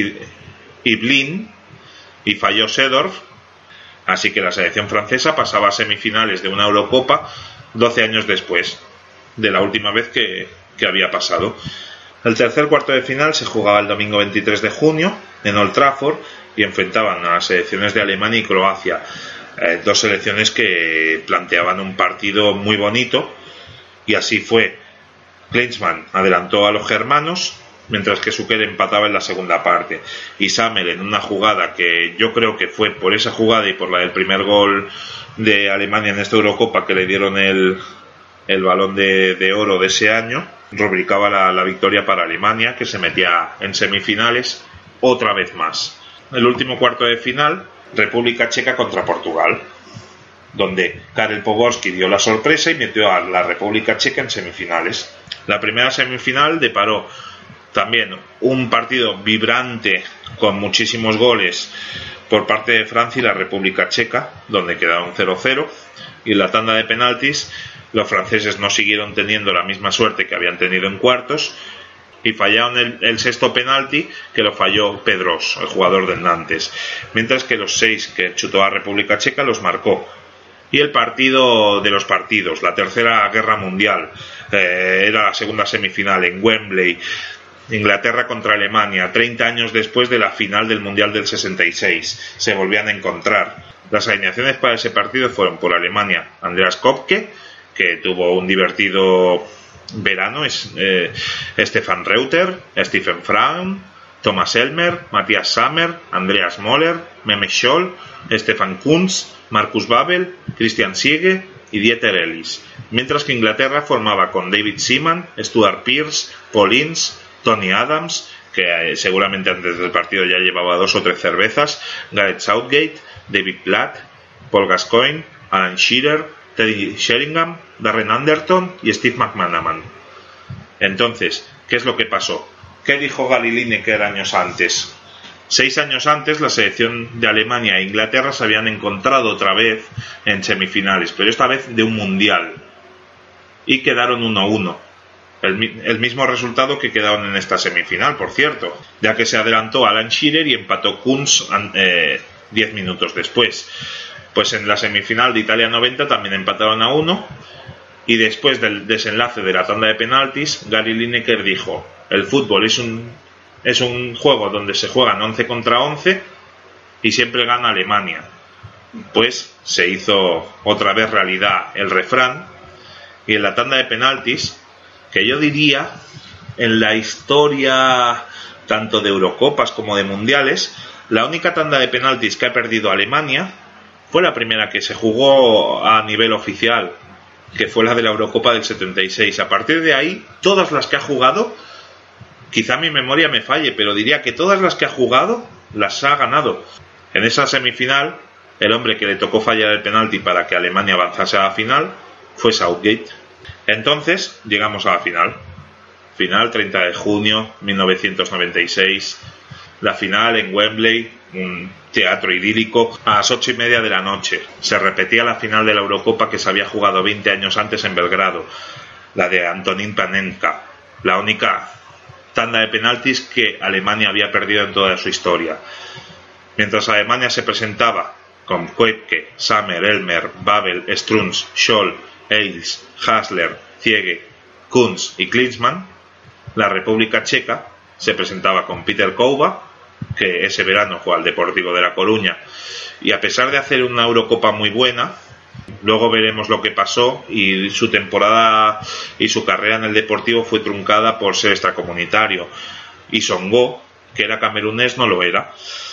y Blin, y falló Seedorf. Así que la selección francesa pasaba a semifinales de una Eurocopa 12 años después de la última vez que había pasado. El tercer cuarto de final se jugaba el domingo 23 de junio en Old Trafford y enfrentaban a las selecciones de Alemania y Croacia, dos selecciones que planteaban un partido muy bonito, y así fue. Klinsmann adelantó a los germanos, mientras que Zucker empataba en la segunda parte, y Samel, en una jugada que yo creo que fue por esa jugada y por la del primer gol de Alemania en esta Eurocopa que le dieron el balón de oro de ese año, rubricaba la victoria para Alemania, que se metía en semifinales otra vez más. El último cuarto de final, República Checa contra Portugal, donde Karel Poborský dio la sorpresa y metió a la República Checa en semifinales. La primera semifinal deparó también un partido vibrante con muchísimos goles, por parte de Francia y la República Checa, donde quedaron 0-0, y en la tanda de penaltis los franceses no siguieron teniendo la misma suerte que habían tenido en cuartos y fallaron el sexto penalti, que lo falló Pedros, el jugador del Nantes, mientras que los 6 que chutó a República Checa los marcó. Y el partido de los partidos, la Tercera Guerra Mundial, era la segunda semifinal en Wembley, Inglaterra contra Alemania, 30 años después de la final del Mundial del 66. Se volvían a encontrar. Las alineaciones para ese partido fueron: por Alemania, Andreas Kopke, que tuvo un divertido verano, Stefan Reuter, Stephen Fraun, Thomas Elmer, Matthias Sammer, Andreas Möller, Mehmet Scholl, Stefan Kuntz, Marcus Babbel, Christian Siege y Dieter Ellis, mientras que Inglaterra formaba con David Seaman, Stuart Pearce, Paul Ince, Tony Adams, que seguramente antes del partido ya llevaba 2 o 3 cervezas, Gareth Southgate, David Platt, Paul Gascoigne, Alan Shearer, Teddy Sheringham, Darren Anderton y Steve McManaman. Entonces, ¿qué es lo que pasó? ¿Qué dijo Gary Lineker años antes? 6 años antes, la selección de Alemania e Inglaterra se habían encontrado otra vez en semifinales, pero esta vez de un mundial, y quedaron 1-1. El mismo resultado que quedaron en esta semifinal, por cierto, ya que se adelantó Alan Shearer y empató Kuntz 10 minutos después. Pues en la semifinal de Italia 90 también empataron a 1, y después del desenlace de la tanda de penaltis, Gary Lineker dijo: el fútbol es un juego donde se juegan 11 contra 11 y siempre gana Alemania. Pues se hizo otra vez realidad el refrán, y en la tanda de penaltis, que yo diría en la historia tanto de Eurocopas como de Mundiales, la única tanda de penaltis que ha perdido Alemania fue la primera que se jugó a nivel oficial, que fue la de la Eurocopa del 76. A partir de ahí, todas las que ha jugado, quizá mi memoria me falle, pero diría que todas las que ha jugado las ha ganado. En esa semifinal, el hombre que le tocó fallar el penalti para que Alemania avanzase a la final fue Southgate. Entonces, llegamos a la final. Final 30 de junio 1996. La final en Wembley, un teatro idílico, a las 8:30 de la noche. Se repetía la final de la Eurocopa que se había jugado 20 años antes en Belgrado, la de Antonín Panenka, la única tanda de penaltis que Alemania había perdido en toda su historia. Mientras Alemania se presentaba con Koepke, Sammer, Elmer, Babbel, Strunz, Scholl, Eils, Hasler, Ziege, Kuntz y Klinsmann, la República Checa se presentaba con Peter Kouba, que ese verano jugó al Deportivo de La Coruña, y a pesar de hacer una Eurocopa muy buena, luego veremos lo que pasó, y su temporada y su carrera en el Deportivo fue truncada por ser extracomunitario, y Songo, que era camerunés, no lo era.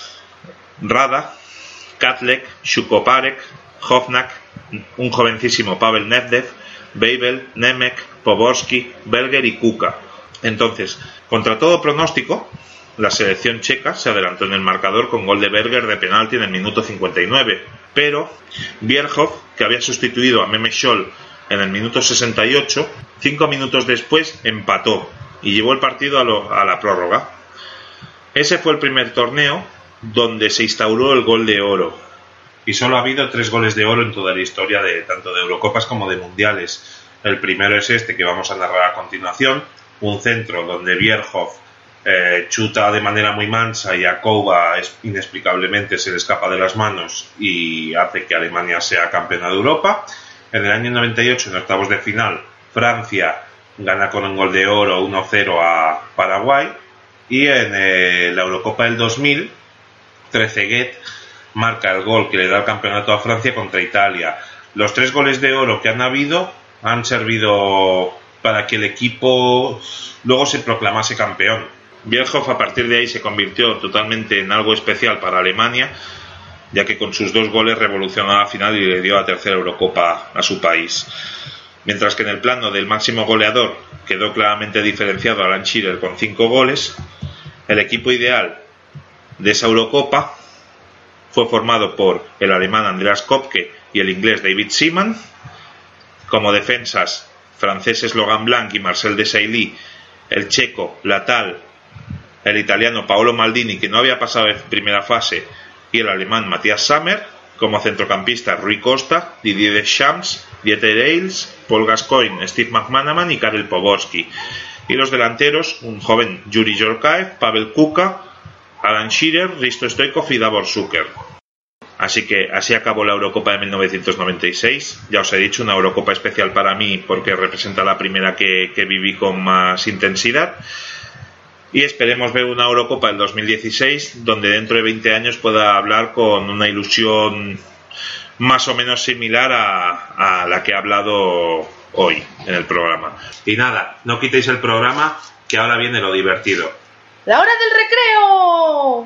Rada, Katlek, Shukoparek, Hofnak, un jovencísimo Pavel Nedved, Babel, Nemec, Poborski, Berger y Kuka. Entonces, contra todo pronóstico, la selección checa se adelantó en el marcador con gol de Berger de penalti en el minuto 59, pero Bierhoff, que había sustituido a Mehmet Scholl en el minuto 68, 5 minutos después empató y llevó el partido a la prórroga. Ese fue el primer torneo donde se instauró el gol de oro, y solo ha habido 3 goles de oro en toda la historia de tanto de Eurocopas como de Mundiales. El primero es este que vamos a narrar a continuación, un centro donde Bierhoff chuta de manera muy mansa y a Kouba inexplicablemente se le escapa de las manos y hace que Alemania sea campeona de Europa. En el año 98, en octavos de final, Francia gana con un gol de oro 1-0 a Paraguay, y en la Eurocopa del 2000 Trezeguet marca el gol que le da el campeonato a Francia contra Italia. Los 3 goles de oro que han habido han servido para que el equipo luego se proclamase campeón. Bierhoff a partir de ahí se convirtió totalmente en algo especial para Alemania, ya que con sus 2 goles revolucionó la final y le dio la tercera Eurocopa a su país. Mientras que en el plano del máximo goleador quedó claramente diferenciado Alan Shearer con 5 goles, el equipo ideal de esa Eurocopa fue formado por el alemán Andreas Kopke y el inglés David Seaman. Como defensas, franceses Logan Blanc y Marcel Desailly, el checo Latal, el italiano Paolo Maldini, que no había pasado en primera fase, y el alemán Matthias Sammer. Como centrocampista, Rui Costa, Didier Deschamps, Dieter Eils, Paul Gascoigne, Steve McManaman y Karel Poborski. Y los delanteros, un joven Yuri Yorkaev, Pavel Kuka, Alan Shearer, Risto Stoichkov y Davor Šuker. Así que así acabó la Eurocopa de 1996. Ya os he dicho, una Eurocopa especial para mí porque representa la primera que viví con más intensidad. Y esperemos ver una Eurocopa del 2016 donde dentro de 20 años pueda hablar con una ilusión más o menos similar a la que he hablado hoy en el programa. Y nada, no quitéis el programa, que ahora viene lo divertido. ¡La hora del recreo!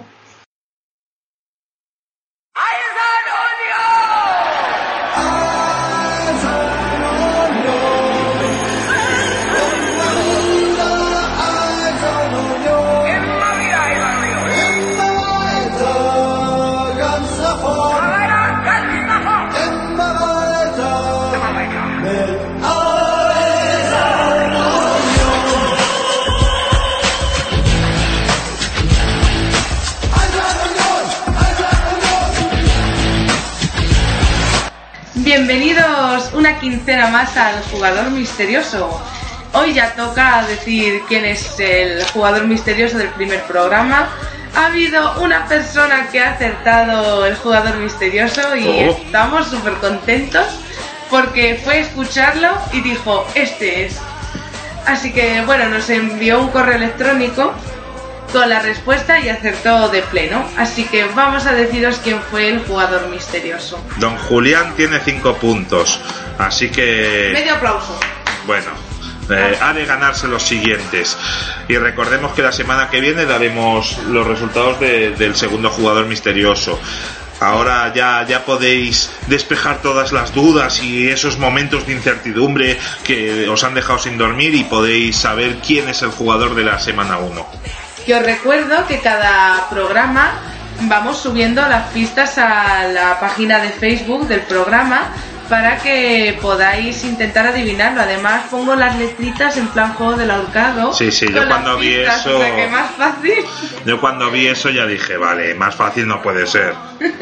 Bienvenidos una quincena más al jugador misterioso. Hoy ya toca decir quién es el jugador misterioso del primer programa. Ha habido una persona que ha acertado el jugador misterioso y estamos súper contentos porque fue a escucharlo y dijo, este es. Así que bueno, nos envió un correo electrónico con la respuesta y acertó de pleno. Así que vamos a deciros quién fue el jugador misterioso. Don Julián tiene 5 puntos, así que... Medio aplauso. Bueno, ha de ganarse los siguientes. Y recordemos que la semana que viene daremos los resultados del segundo jugador misterioso. Ahora ya podéis despejar todas las dudas y esos momentos de incertidumbre que os han dejado sin dormir y podéis saber quién es el jugador de la semana 1. Que os recuerdo que cada programa vamos subiendo las pistas a la página de Facebook del programa para que podáis intentar adivinarlo. Además pongo las letritas en plan juego del ahorcado. Sí, yo cuando vi eso... O sea, que más fácil. Yo cuando vi eso ya dije, vale, más fácil no puede ser.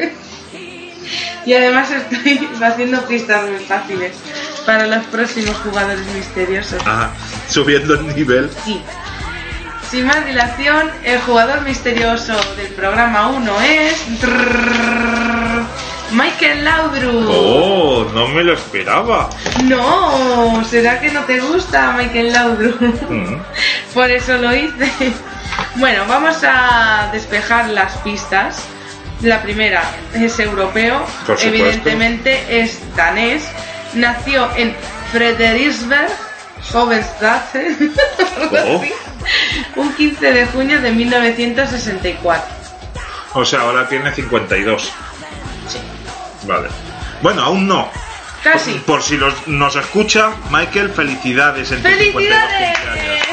Y además estoy haciendo pistas muy fáciles para los próximos jugadores misteriosos. Ah, subiendo el nivel. Sí. Sin más dilación, el jugador misterioso del programa 1 es... Michael Laudrup. ¡Oh! No me lo esperaba. No, ¿será que no te gusta Michael Laudrup? Por eso lo hice. Bueno, vamos a despejar las pistas. La primera es europeo, evidentemente es danés. Nació en Frederiksberg, Hovedstaden, un 15 de junio de 1964. O sea, ahora tiene 52. Sí. Vale. Bueno, aún no. Casi. Por si nos escucha, Michael, felicidades en tu 52 cumpleaños.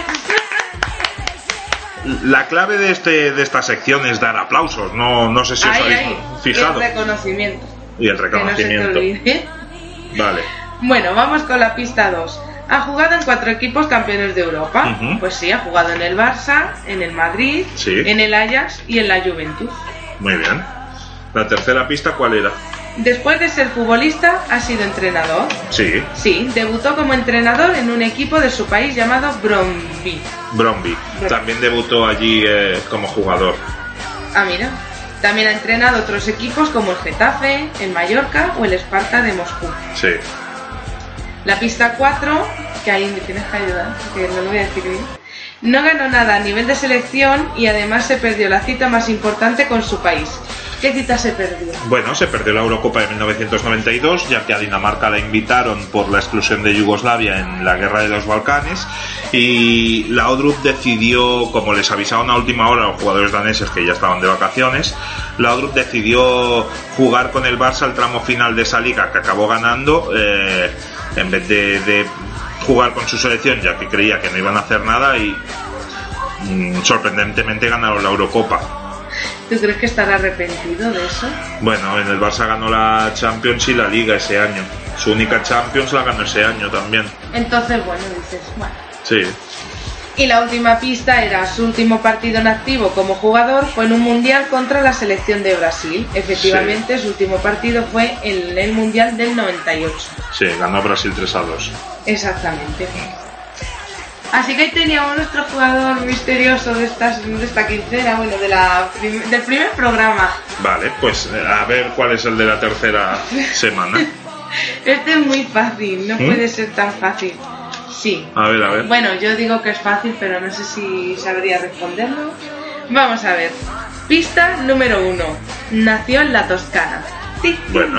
La clave de esta sección es dar aplausos. No sé si os habéis fijado. Y el reconocimiento. Y el reconocimiento. Que no se te olvide. Vale. Bueno, vamos con la pista 2. Ha jugado en 4 equipos campeones de Europa. Pues sí, ha jugado en el Barça, en el Madrid, en el Ajax y en la Juventus. Muy bien. ¿La tercera pista cuál era? Después de ser futbolista, ha sido entrenador. Sí. Sí, debutó como entrenador en un equipo de su país llamado Brøndby. También debutó allí como jugador. Ah, mira. También ha entrenado otros equipos como el Getafe, el Mallorca o el Sparta de Moscú. Sí. La pista 4, que ahí me tienes que ayudar, que no lo voy a decir bien. No ganó nada a nivel de selección y además se perdió la cita más importante con su país. ¿Qué cita se perdió? Bueno, se perdió la Eurocopa de 1992, ya que a Dinamarca la invitaron por la exclusión de Yugoslavia en la Guerra de los Balcanes, y Laudrup decidió, como les avisaron a última hora a los jugadores daneses que ya estaban de vacaciones, Laudrup decidió jugar con el Barça el tramo final de esa liga que acabó ganando, en vez de jugar con su selección, ya que creía que no iban a hacer nada, y sorprendentemente ganaron la Eurocopa. ¿Tú crees que estará arrepentido de eso? Bueno, en el Barça ganó la Champions y la Liga ese año. Su única Champions la ganó ese año también. Entonces, bueno, dices, bueno. Sí. Y la última pista era su último partido en activo como jugador fue en un mundial contra la selección de Brasil. Efectivamente, sí. Su último partido fue en el mundial del 98. Sí, ganó Brasil 3-2. Exactamente. Así que ahí teníamos nuestro jugador misterioso de esta quincena, bueno, del primer programa. Vale, pues a ver cuál es el de la tercera semana. Este es muy fácil, no puede ser tan fácil. Sí. A ver. Bueno, yo digo que es fácil, pero no sé si sabría responderlo. Vamos a ver. Pista número 1. Nació en la Toscana. Bueno.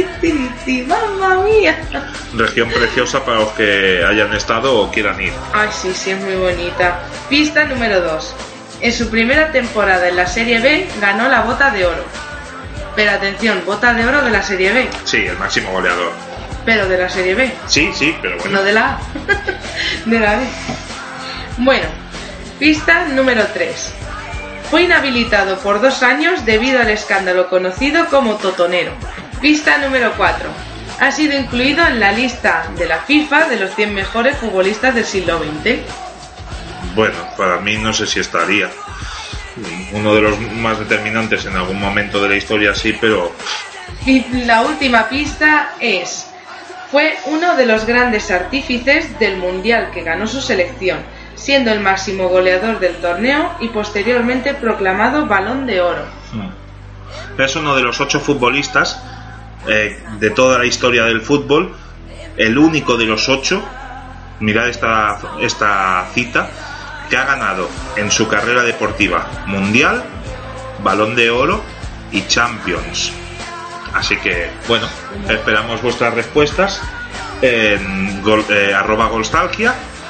¡Mamma mía! Región preciosa para los que hayan estado o quieran ir. Ay, sí, es muy bonita. Pista número 2. En su primera temporada en la Serie B ganó la Bota de Oro. Pero atención, Bota de Oro de la Serie B. Sí, el máximo goleador. Pero de la Serie B. Sí, pero bueno. No de la A. De la B. Bueno, pista número 3. Fue inhabilitado por 2 años debido al escándalo conocido como Totonero. Pista número 4. Ha sido incluido en la lista de la FIFA de los 100 mejores futbolistas del siglo XX. Bueno, para mí no sé si estaría. Uno de los más determinantes en algún momento de la historia, sí, pero... Y la última pista es... Fue uno de los grandes artífices del Mundial que ganó su selección, siendo el máximo goleador del torneo y posteriormente proclamado Balón de Oro. Es uno de los 8 futbolistas de toda la historia del fútbol, el único de los 8, mirad esta cita, que ha ganado en su carrera deportiva Mundial, Balón de Oro y Champions. Así que, bueno, esperamos vuestras respuestas en @golstalgia,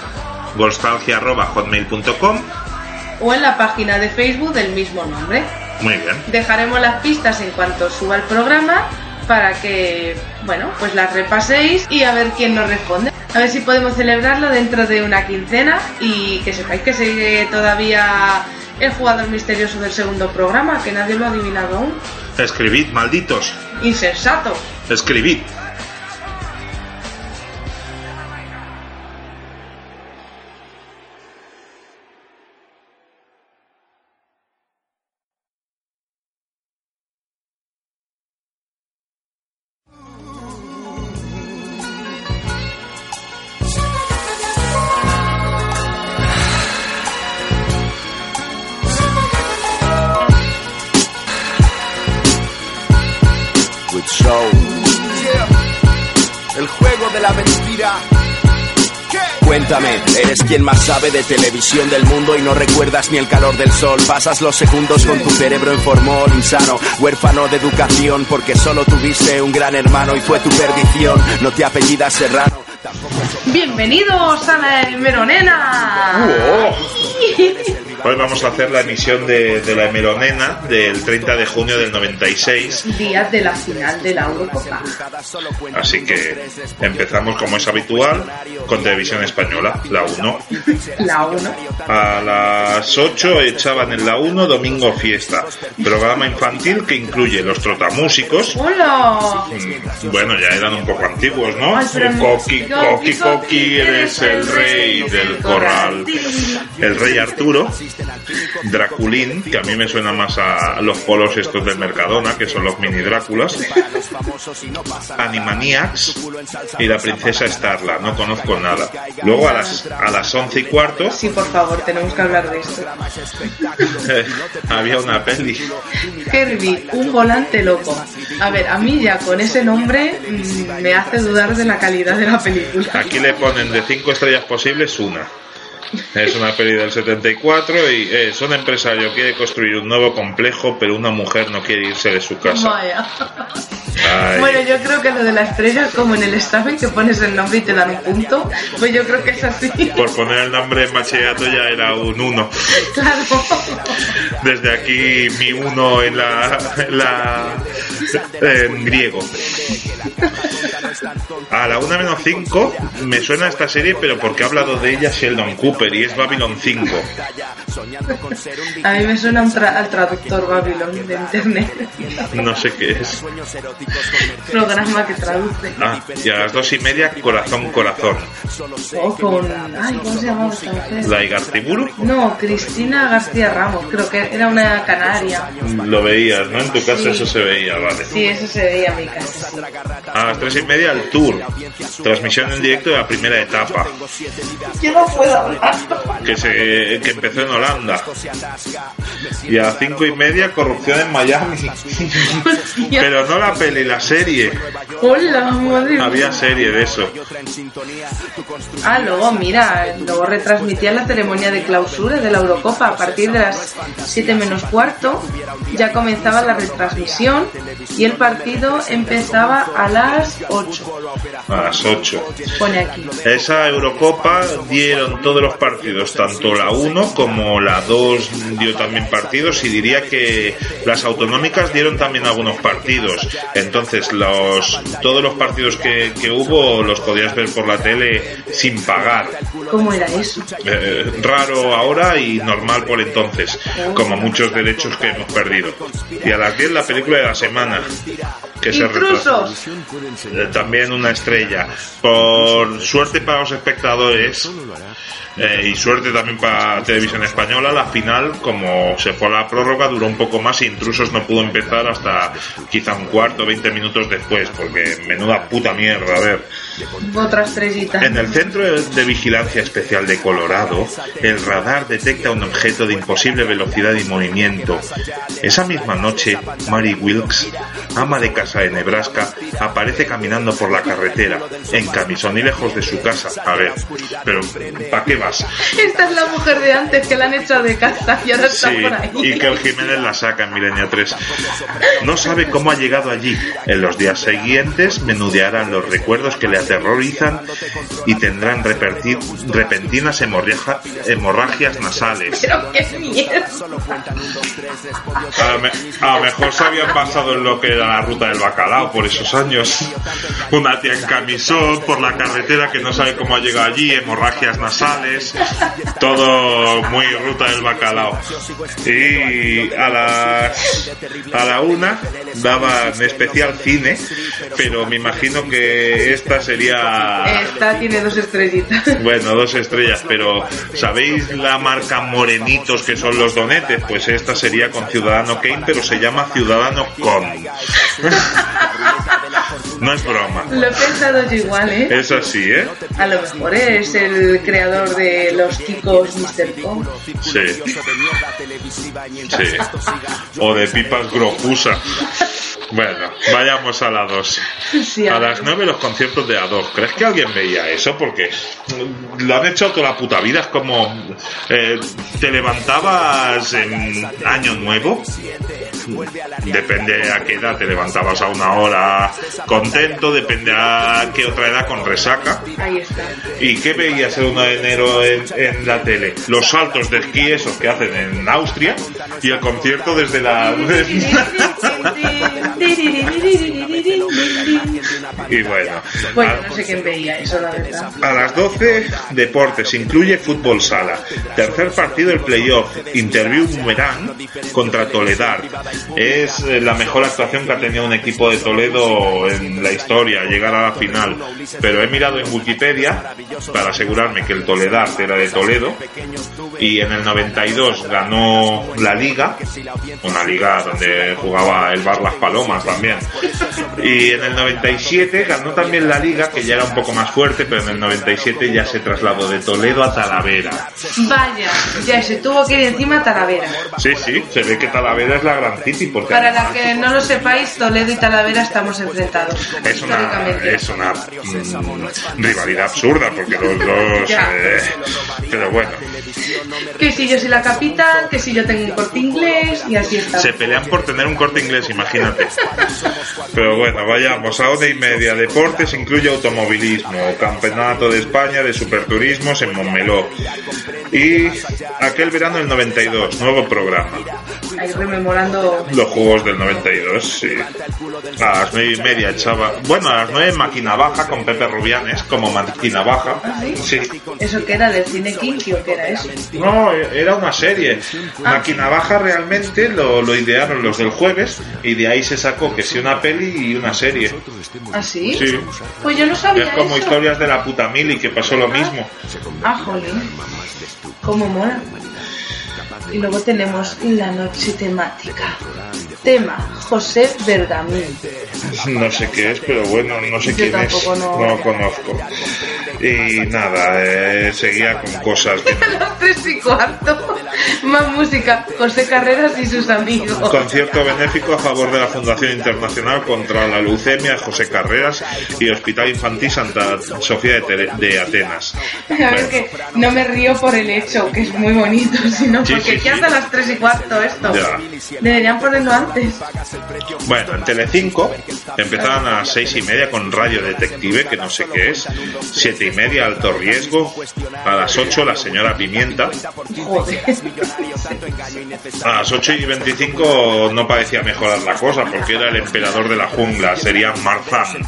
golstalgia@hotmail.com o en la página de Facebook del mismo nombre. Muy bien. Dejaremos las pistas en cuanto suba el programa para que, bueno, pues las repaséis y a ver quién nos responde. A ver si podemos celebrarlo dentro de una quincena y que sepáis que sigue todavía el jugador misterioso del segundo programa, que nadie lo ha adivinado aún. Escribid, malditos. Insensato. Escribid. El juego de la mentira. Cuéntame, ¿eres quien más sabe de televisión del mundo y no recuerdas ni el calor del sol? Pasas los segundos con tu cerebro en formol insano, huérfano de educación porque solo tuviste un gran hermano y fue tu perdición. No te apellidas Serrano. Bienvenidos a la Hemeronena. Hoy vamos a hacer la emisión de la Hemeronena del 30 de junio del 96. Día de la final de la Eurocopa. Así que empezamos como es habitual con Televisión Española, la 1. La 1. A las 8 echaban en la 1 Domingo Fiesta, programa infantil que incluye Los Trotamúsicos. ¡Hola! Bueno, ya eran un poco antiguos, ¿no? Ay, Coqui, Coqui, Coqui, eres el rey del corral. El rey Arturo. Draculín, que a mí me suena más a los polos estos del Mercadona, que son los mini Dráculas. Animaniacs y la princesa Starla, no conozco nada. Luego a las 11:15. Sí, por favor, tenemos que hablar de esto. Había una peli. Herbie, un volante loco. A ver, a mí ya con ese nombre me hace dudar de la calidad de la película. Aquí le ponen de 5 estrellas posibles una. Es una peli del 74 y es un empresario quiere construir un nuevo complejo, pero una mujer no quiere irse de su casa. Vaya. Ay. Bueno, yo creo que lo de la estrella es como en el examen que pones el nombre y te dan un punto. Pues yo creo que es así. Por poner el nombre en bachillerato ya era un 1. Claro. Desde aquí mi 1 en griego. A la 1 menos 5 me suena esta serie, pero porque ha hablado de ella Sheldon Cooper, y es Babylon 5. A mí me suena al traductor Babylon de internet. No sé qué es. Programa que traduce. Y a las 2:30 Corazón. O con... Ay, ¿cómo se llamaba esta mujer? ¿La Igartiburu? No, Cristina García Ramos. Creo que era una canaria. Lo veías, ¿no? En tu casa sí. Eso se veía, vale. Sí, eso se veía en mi casa, sí. A las 3:30 el Tour. Transmisión en directo de la primera etapa. Yo no puedo hablar. Que empezó en Holanda. Y a las 5:30 corrupción en Miami. Pero no la peli, la serie. Hola, madre. Había serie de eso. Luego retransmitían la ceremonia de clausura de la Eurocopa a partir de las 7 menos cuarto. Ya comenzaba la retransmisión y el partido empezaba a las 8. A las 8. Pone aquí. Esa Eurocopa dieron todos los partidos, tanto la 1 como la 2 dio también partidos, y diría que las autonómicas dieron también algunos partidos. Entonces todos los partidos que hubo los podías ver por la tele sin pagar. ¿Cómo era eso? Raro ahora y normal por entonces, como muchos derechos que hemos perdido. Y a las 10 la película de la semana, que se retrasó. También una estrella. Por suerte para los espectadores, y suerte también para Televisión Española, la final, como se fue a la prórroga, duró un poco más, y Intrusos no pudo empezar hasta quizá un cuarto, 20 minutos después, porque menuda puta mierda. A ver, otra estrellita. En el Centro de Vigilancia Especial de Colorado, el radar detecta un objeto de imposible velocidad y movimiento. Esa misma noche, Mary Wilkes, ama de casa de Nebraska, aparece caminando por la carretera, en camisón y lejos de su casa. A ver, pero ¿para qué vas? Esta es la mujer de antes que la han echado de casa y ahora está por ahí. Y que el Jiménez la saca en Milenio 3. No sabe cómo ha llegado allí. En los días siguientes menudearán los recuerdos que le aterrorizan y tendrán repentinas hemorragias nasales. Pero qué mierda. A lo mejor se habían basado en lo que era la ruta del bacalao por esos años. Una tía en camisón por la carretera que no sabe cómo ha llegado allí, hemorragias nasales, todo muy ruta del bacalao. Y a la 1 daban especial cine, pero me imagino que esta sería... Esta tiene 2 estrellitas. Bueno, 2 estrellas, pero ¿sabéis la marca Morenitos que son los donetes? Pues esta sería con Ciudadano Kane, pero se llama Ciudadano Con. No es broma. Lo he pensado yo igual, ¿eh? Es así, ¿eh? A lo mejor es el creador de los Kikos Mr. Con. Sí. O de Pipas Grojusa. Bueno, vayamos a la 2. Sí, a las 9 los conciertos de A2. ¿Crees que alguien veía eso? Porque lo han hecho toda la puta vida. Es como te levantabas en Año Nuevo. Depende a qué edad te levantabas, a una hora contento, depende a qué otra edad con resaca. Ahí está. ¿Y qué veías el 1 de enero en la tele? Los saltos de esquí esos que hacen en Austria y el concierto desde la... Y bueno, no sé quién veía eso, la verdad. A las 12, deportes, incluye fútbol sala. Tercer partido, el playoff, Interview Boomerang contra Toledar. Es la mejor actuación que ha tenido un equipo de Toledo en la historia, llegar a la final. Pero he mirado en Wikipedia para asegurarme que el Toledar era de Toledo, y en el 92 ganó la Liga, una liga donde jugaba el Bar Las Palomas también. Y en el 97 ganó también la Liga, que ya era un poco más fuerte, pero en el 97 ya se trasladó de Toledo a Talavera. Vaya, ya se tuvo que ir encima a Talavera. Sí, se ve que Talavera es la gran city. Porque para la que no lo sepáis, Toledo y Talavera estamos enfrentados. Es una rivalidad absurda, porque los dos... pero bueno. Que si yo soy la capital, que si yo tengo un Corte Inglés, y así está. Se pelean por tener un Corte Inglés, imagínate. Pero bueno, vayamos a 1:30 media, deportes incluye automovilismo, Campeonato de España de Superturismos en Montmeló. Y aquel verano del 92, nuevo programa. Ahí rememorando los juegos del 92, sí. A las 9:30 echaba... Bueno, a las 9 Máquina Baja con Pepe Rubianes, como Máquina Baja. ¿Ah, sí? Sí. ¿Eso qué era? ¿Del cine kinky o qué era eso? No, era una serie. Máquina Baja realmente lo idearon los del jueves y de ahí se sacó que sí una peli y una serie. ¿Ah, sí? Sí. Pues yo no sabía Es como eso. Historias de la puta mili, que pasó lo mismo. Ah, jolín. Cómo mola. Y luego tenemos la noche temática. Tema, José Bergamín. No sé qué es, pero bueno, no sé Yo quién es. tampoco No lo conozco. Y nada, seguía con cosas que A las 3:15. Más música. José Carreras y sus amigos. Concierto benéfico a favor de la Fundación Internacional contra la Leucemia José Carreras y Hospital Infantil Santa Sofía de Atenas. A ver, que no me río por el hecho, que es muy bonito, sino Sí, porque sí, ¿qué sí. hace a las 3:15 esto? Ya. Deberían ponerlo antes. Bueno, en Telecinco empezaban a las 6:30 con Radio Detective, que no sé qué es. 7:30 Alto Riesgo. A las 8 La Señora Pimienta. Joder. A las 8:25 no parecía mejorar la cosa porque era el emperador de la jungla, sería Marzán.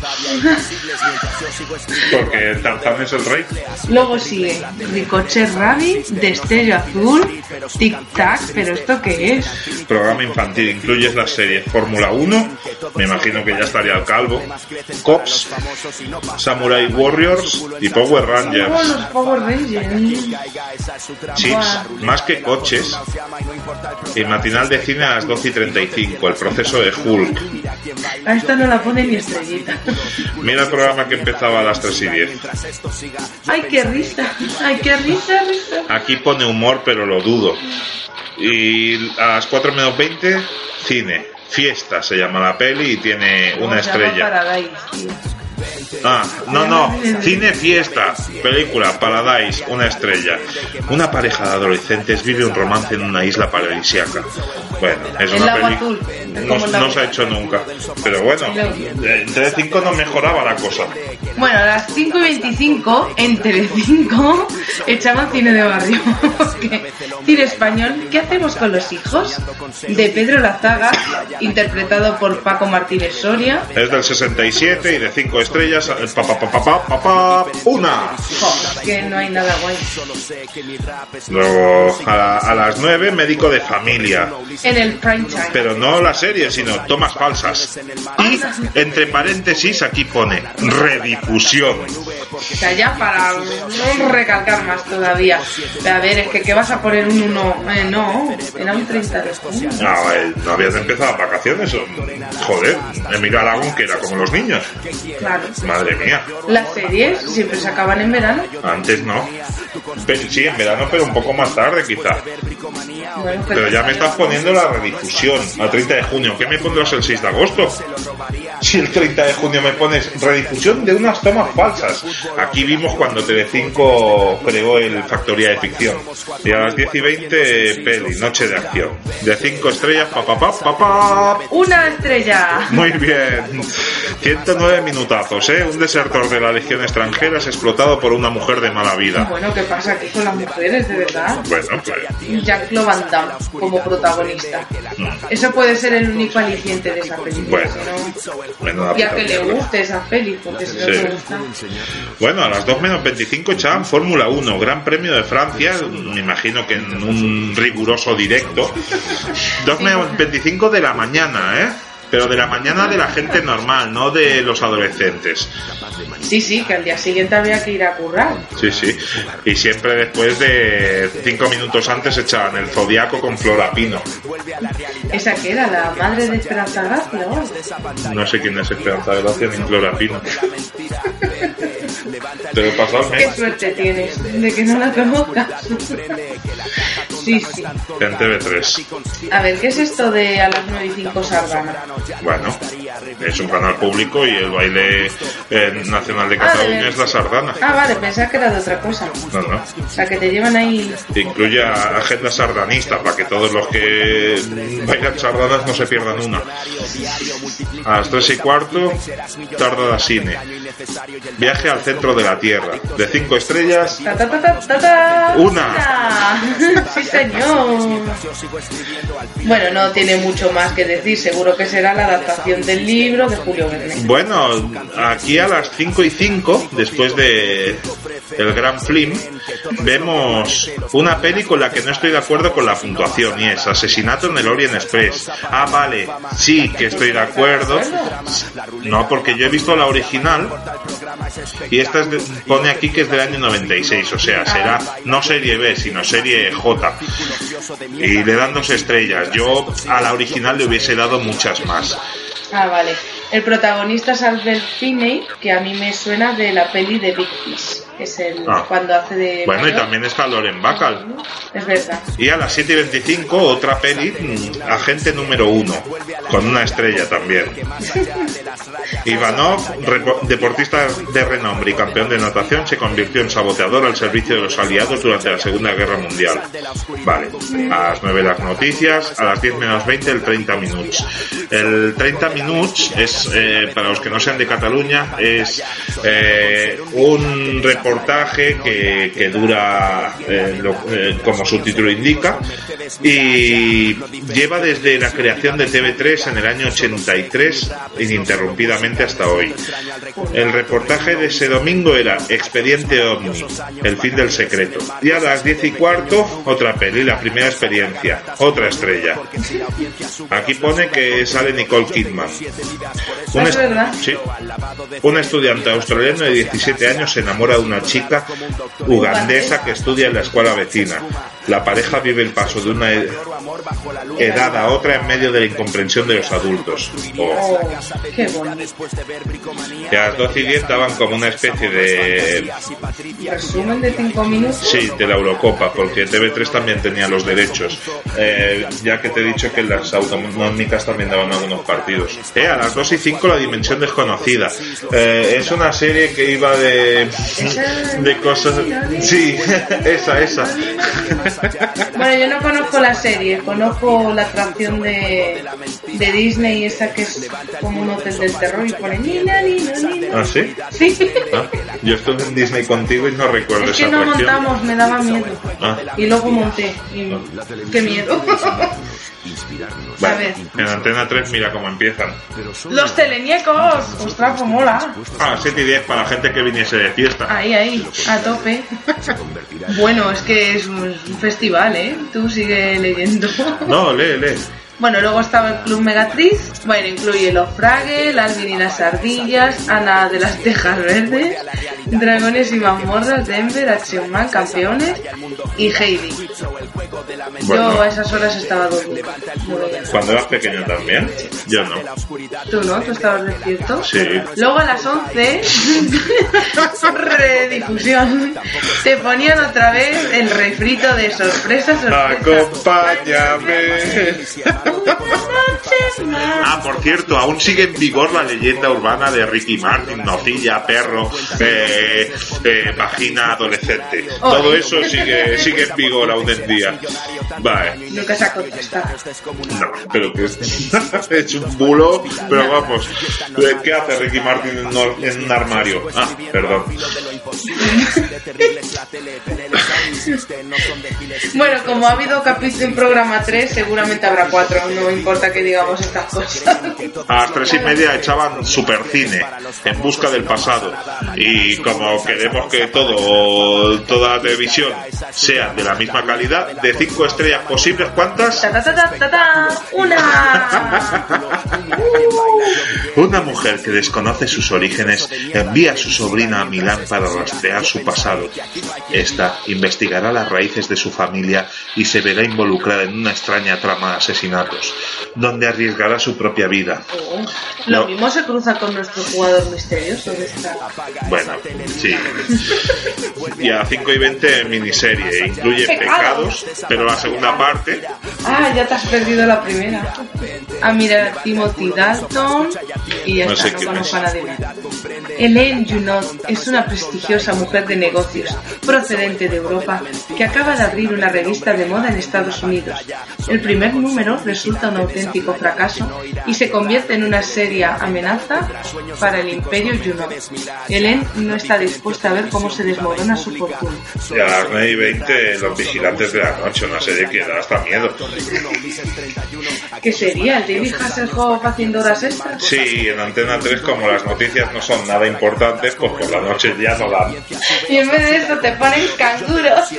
Porque Tarzán es el rey. Luego sigue Ricochet Rabbit, Destello Azul, Tic Tac, pero ¿esto qué es? Programa infantil, incluyes las series Fórmula 1, me imagino que ya estaría al calvo, Cops, Samurai Warriors y Power Oh, Rangers. los Power Rangers. Chips, más que coches. Y matinal de cine a las 12:35, el proceso de Hulk. A esta no la pone ni estrellita. Mira el programa que empezaba a las 3:10. Ay, qué risa. Ay, qué risa. Aquí pone humor, pero lo dudo. Y a las 4:20, cine. Fiesta se llama la peli y tiene una estrella. Paradise, tío. Ah, no, cine fiesta, película, Paradise, una estrella. Una pareja de adolescentes vive un romance en una isla paradisíaca. Bueno, es El una lago peli... azul. No se ha hecho nunca. Pero bueno, en Telecinco no mejoraba la cosa. Bueno, a las 5:25 en Telecinco echaban cine de barrio. Cine español, ¿qué hacemos con los hijos? De Pedro Lazaga, interpretado por Paco Martínez Soria. Es del 67 y de 5 estrellas, una. Jo, que no hay nada guay. Luego, a las 9, médico de familia. En el prime time. Pero no la serie, sino tomas falsas. Y, entre paréntesis, aquí pone redifusión. O sea, ya para recalcar más todavía. A ver, es que ¿qué vas a poner un 1? No, era un 30 de junio. No habías empezado vacaciones. Joder, Emilio Aragón, que era como los niños. Claro. Madre mía. Las series siempre se acaban en verano. Antes no. Sí, en verano, pero un poco más tarde quizá. Bueno, Pero ya me estás poniendo la redifusión al 30 de junio. ¿Qué me pondrás el 6 de agosto? Si el 30 de junio me pones redifusión de unas tomas falsas. Aquí vimos cuando Telecinco creó el Factoría de Ficción. Y a las 10:20, peli, Noche de Acción. De 5 estrellas, una estrella. Muy bien. 109 minutazos, ¿eh? Un desertor de la Legión extranjera es explotado por una mujer de mala vida. Bueno, ¿qué pasa aquí con las mujeres, de verdad? Bueno, pues... Jean-Claude Van Damme como protagonista. Eso puede ser el único aliciente de esa película. Bueno, Ya que le guste esa peli, porque si no Sí. te gusta. Bueno, a las 2:25 echaban Fórmula 1, Gran Premio de Francia, me imagino que en un riguroso directo. 2:25 de la mañana, ¿eh? Pero de la mañana de la gente normal, no de los adolescentes. Sí, que al día siguiente había que ir a currar. Sí. Y siempre después de 5 minutos antes echaban El Zodiaco con Flora Pino. ¿Esa que era? ¿La madre de Esperanza Gracia o algo? No sé quién es Esperanza Gracia ni Flora Pino. Pero pasarme. Qué suerte tienes de que no la conozcas. Sí. En TV3. A ver, ¿qué es esto de a las 9:05 Sardana? Bueno, es un canal público y el baile nacional de Cataluña es la sardana. Ah, vale, pensaba que era de otra cosa. No. O sea, que te llevan ahí... Incluye agenda sardanista para que todos los que bailan sardanas no se pierdan una. A las 3:15, tarda de cine. Viaje al centro de la Tierra. De 5 estrellas, una. Sí, señor. Bueno, no tiene mucho más que decir. Seguro que será la adaptación del libro de Julio Verne. Bueno, aquí a las 5:05, después de el Gran Film, vemos una peli con la que no estoy de acuerdo con la puntuación, y es Asesinato en el Orient Express. Ah, vale, sí que estoy de acuerdo. No, porque yo he visto la original y esta pone aquí que es del año 96, o sea, será no serie B, sino serie J. Y le dan 2 estrellas. Yo a la original le hubiese dado muchas más. Ah, vale. El protagonista es Albert Finney, que a mí me suena de la peli de Big Fish. Es el cuando hace de... Bueno, y también está Lauren Bacall. Es verdad. Y a las 7:25, otra peli, Agente número 1, con 1 estrella también. Ivanov, deportista de renombre y campeón de natación, se convirtió en saboteador al servicio de los aliados durante la Segunda Guerra Mundial. Vale, a las 9 las noticias, a las 10:20 el 30 Minuts. El 30 Minuts es, para los que no sean de Cataluña, es un reportaje que dura, como su título indica, y lleva desde la creación de TV3 en el año 83 ininterrumpidamente hasta hoy. El reportaje de ese domingo era Expediente OVNI, el fin del secreto. Y a las 10:15 otra peli, La primera experiencia, otra estrella. Aquí pone que sale Nicole Kidman. Un estudiante australiano de 17 años se enamora de una chica ugandesa que estudia en la escuela vecina. La pareja vive el paso de una edad a otra en medio de la incomprensión de los adultos. Qué bonito. Y a las 12:10 daban como una especie de resumen de 5 minutos. Sí, de la Eurocopa, porque TV3 también tenía los derechos. Ya que te he dicho que las autonómicas también daban algunos partidos. A las 2:05 La dimensión desconocida. Es una serie que iba de cosas. Sí, esa. Bueno, yo no conozco la serie, conozco la atracción de Disney, esa que es como un hotel del terror y pone Nina. ¿Ah, sí? Sí. Yo estuve en Disney contigo y no recuerdo esa atracción. Es que no montamos, me daba miedo. Y luego monté. Y qué miedo. Vale, en Antena 3 mira cómo empiezan. ¡Los teleñecos! ¡Ostras, pues mola! 7:10 para la gente que viniese de fiesta. Ahí, a tope. Bueno, es que es un festival, ¿eh? Tú sigue leyendo. No, lee. Bueno, luego estaba el Club Megatriz. Bueno, incluye Los Fraggles, Alvin y las Ardillas, Ana de las Tejas Verdes, Dragones y Mazmorras, Denver, Action Man, Campeones y Heidi. Bueno, yo a esas horas estaba dormida. ¿Cuando eras pequeño también? Yo no. ¿Tú no? ¿Tú estabas despierto? Sí. Luego a las 11, redifusión, te ponían otra vez el refrito de sorpresa. Acompáñame. Por cierto, aún sigue en vigor la leyenda urbana de Ricky Martin, nocilla, perro, vagina adolescente. Todo eso sigue en vigor aún en día. Vale. Nunca se ha contestado. No, pero que es un bulo, pero vamos. ¿Qué hace Ricky Martin en un armario? Perdón. Bueno, como ha habido capítulo en programa 3, seguramente habrá 4, no importa que digamos estas cosas. A las 3:30 echaban Supercine, En busca del pasado, y como queremos que toda la televisión sea de la misma calidad, de 5 estrellas posibles, ¿cuántas? ¡Una! Una mujer que desconoce sus orígenes envía a su sobrina a Milán para rastrear su pasado. Esta investigará las raíces de su familia y se verá involucrada en una extraña trama de asesinatos, donde arriesgará su propia vida. Lo mismo se cruza con nuestro jugador misterioso de esta. Bueno, sí. Y a 5:20 miniserie, incluye Pecados, pero la segunda parte... Ah, ya te has perdido la primera. A mirar Timothy Dalton y ya No está, sé no quién conozco a es. nadie más. Elaine Junot es una prestigiosa mujer de negocios procedente de Europa que acaba de abrir una revista de moda en Estados Unidos. El primer número resulta un auténtico fracaso y se convierte en una seria amenaza para el imperio Junot. Elaine no está dispuesta a ver cómo se desmorona su fortuna. Y a las 9:20, Los Vigilantes de la Noche, una serie que da hasta miedo. ¿Qué sería? ¿El David Hasselhoff haciendo horas extras? Sí, en Antena 3, como las noticias no son nada importantes, pues por la noche ya no dan. Y en vez de eso te ponen canguros.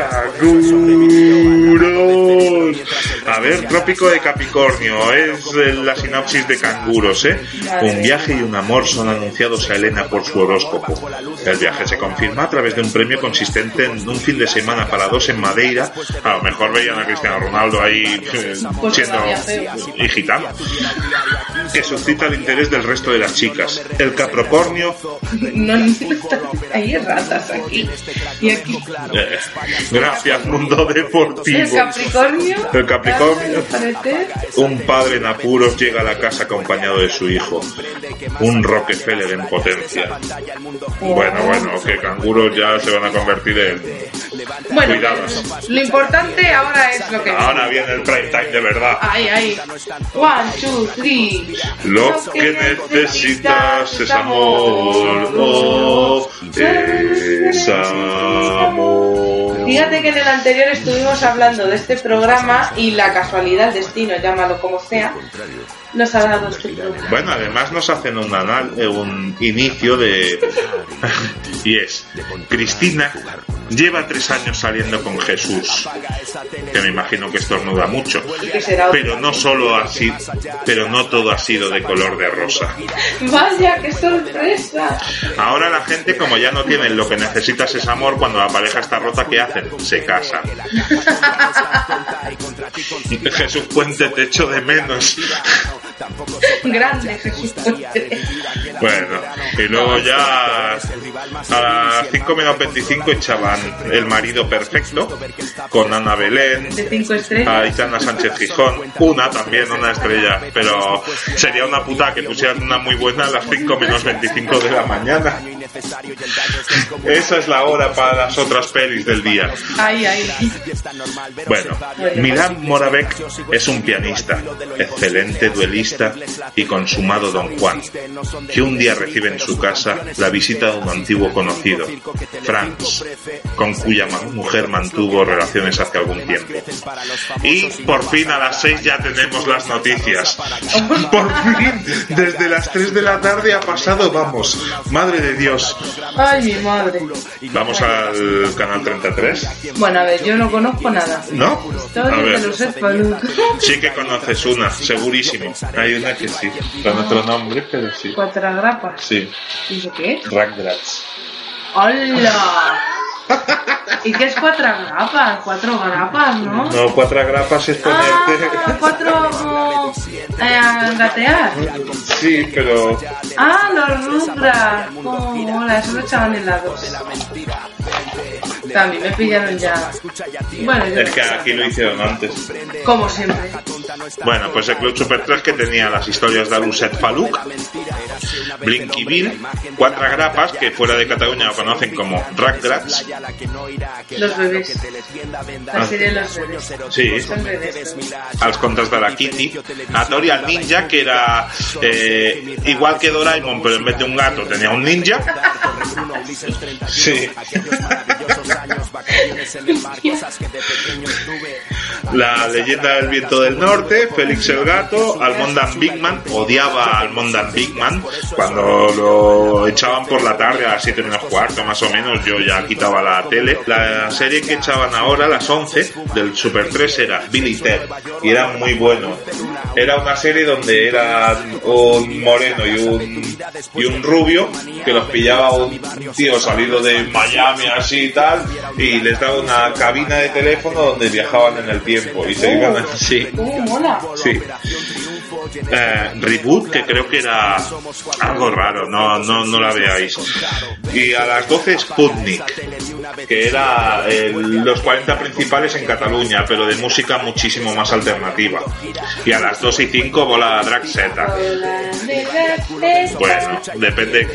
¡Canguros! A ver, Trópico de Capricornio, es la sinopsis de Canguros, ¿eh? Un viaje y un amor son anunciados a Elena por su horóscopo. El viaje se confirma a través de un premio consistente en un fin de semana para dos en Madeira. A lo mejor veían a Cristiano Ronaldo ahí siendo y gitano, que suscita el interés del resto de las chicas. El Capricornio... No, hay ratas aquí. Y aquí. Gracias, mundo deportivo. El Capricornio. El Capricornio. Parece. Un padre en apuros llega a la casa acompañado de su hijo. Un Rockefeller en potencia. Bueno, que canguros ya se van a convertir en... Bueno, Cuidados. lo importante ahora es lo que... Ahora viene el prime time de verdad. Ay. 1, 2, 3. Lo que necesitas es amor. Oh, es amor. Fíjate que en el anterior estuvimos hablando de este programa y la casualidad, el destino, llámalo como sea, nos ha dado este programa. Bueno, además nos hacen un inicio de... y es... Cristina lleva 3 años saliendo con Jesús, que me imagino que estornuda mucho, pero no solo así, pero no todo ha sido de color de rosa. Vaya, qué sorpresa. Ahora la gente, como ya no tienen lo que necesitas es amor, cuando la pareja está rota, ¿qué hacen? Se casan. Jesús Puente, te echo de menos. Grande Jesús Puente. Bueno, y luego ya a las 5:25 echaban El marido perfecto con Ana Belén, De 5 estrellas. Aitana Sánchez Gijón, una estrella, pero sería una puta que pusieran una muy buena a las 5:25 de la mañana. Esa es la hora para las otras pelis del día. Ay. Bueno, Milan Moravec es un pianista, excelente duelista y consumado don Juan, que un día recibe en su casa la visita de un antiguo conocido, Franz, con cuya mujer mantuvo relaciones hace algún tiempo. Y por fin a las 6 ya tenemos las noticias. Por fin, desde las 3 de la tarde ha pasado, vamos, madre de Dios. Ay, mi madre. Vamos al canal 33. Bueno, a ver, yo no conozco nada. ¿No? Historia A ver. de los Spaluk. Sí que conoces una, segurísimo. Hay una que sí, con otro nombre, pero sí. 4 grapas. Sí, ¿Y eso qué es? Ragdrats. ¡Hola! ¿Y qué es 4 grapas? 4 grapas, ¿no? No, 4 grapas es ponerte... 4 como... gatear. Sí, pero... Los Rugrats. Oh, hola, eso lo echaban en la 2. También me pillaron ya. Bueno, yo Es que aquí lo hicieron antes. como siempre. Bueno, pues el Club Super 3 que tenía las historias de Aluset Faluk, Blinky Bill, 4 grapas que fuera de Cataluña lo conocen como Ragdrats. Los bebés. La serie de los bebés. Sí. Son bebés. Als contes de la Kitty, a Tori al ninja, que era igual que Doraemon, pero en vez de un gato tenía un ninja. Sí. La leyenda del viento del norte, Félix el gato, Almond Big Man, odiaba a Almond Big Man cuando lo echaban por la tarde a las 7 menos cuarto más o menos, yo ya quitaba la tele. La serie que echaban ahora, las 11 del Super 3, era Bill y Ted, y era muy bueno. Era una serie donde era un moreno y un rubio, que los pillaba un tío salido de Miami así y tal, y les daba una cabina de teléfono donde viajaban en el tiempo y se iban así. Mola. Sí. Reboot, que creo que era algo raro, no la veáis. Y a las 12 Sputnik, que era los 40 principales en Cataluña, pero de música muchísimo más alternativa. Y a las 2 y 5 Bola Drag Z. Bueno, depende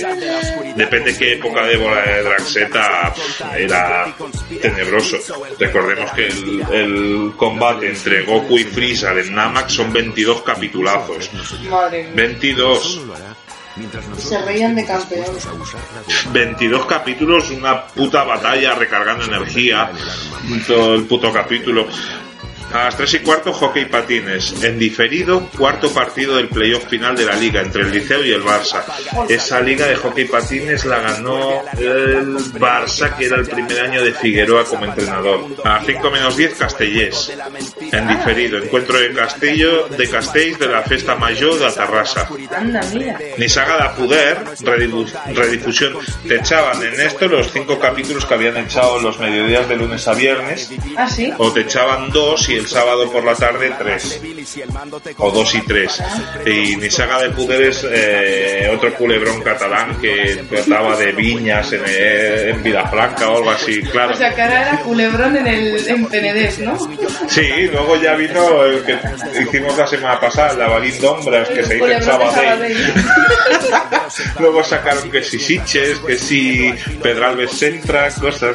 qué época de Bola de Drag Z, era tenebroso. Recordemos que el combate entre Goku y Freezer en Namak son 22 capitulazos. Madre mía. 22. Se reían de campeones. 22 capítulos, una puta batalla recargando energía, todo el puto capítulo. A las 3 y cuarto, hockey patines. En diferido, cuarto partido del playoff final de la liga entre el Liceo y el Barça. Esa liga de hockey patines la ganó el Barça, que era el primer año de Figueroa como entrenador. A las 5 menos 10, Castellers. En diferido, encuentro de Castells de la Festa Major de Tarrasa. Anda, mira. Ni saga de poder, redifusión. Te echaban en esto los 5 capítulos que habían echado los mediodías de lunes a viernes. ¿Ah, sí? O te echaban 2 y el sábado por la tarde 3, o 2 y 3. Y Nisaga de Puder es otro culebrón catalán que trataba de viñas en Vilafranca o algo así, claro. O sea, que ahora era culebrón en Penedès, ¿no? Sí, luego ya vino el que hicimos la semana pasada, el Lavalín d'Ombras, que se hizo en Sabadell. Luego sacaron que si Sitges, que si Pedralbes Centra, cosas.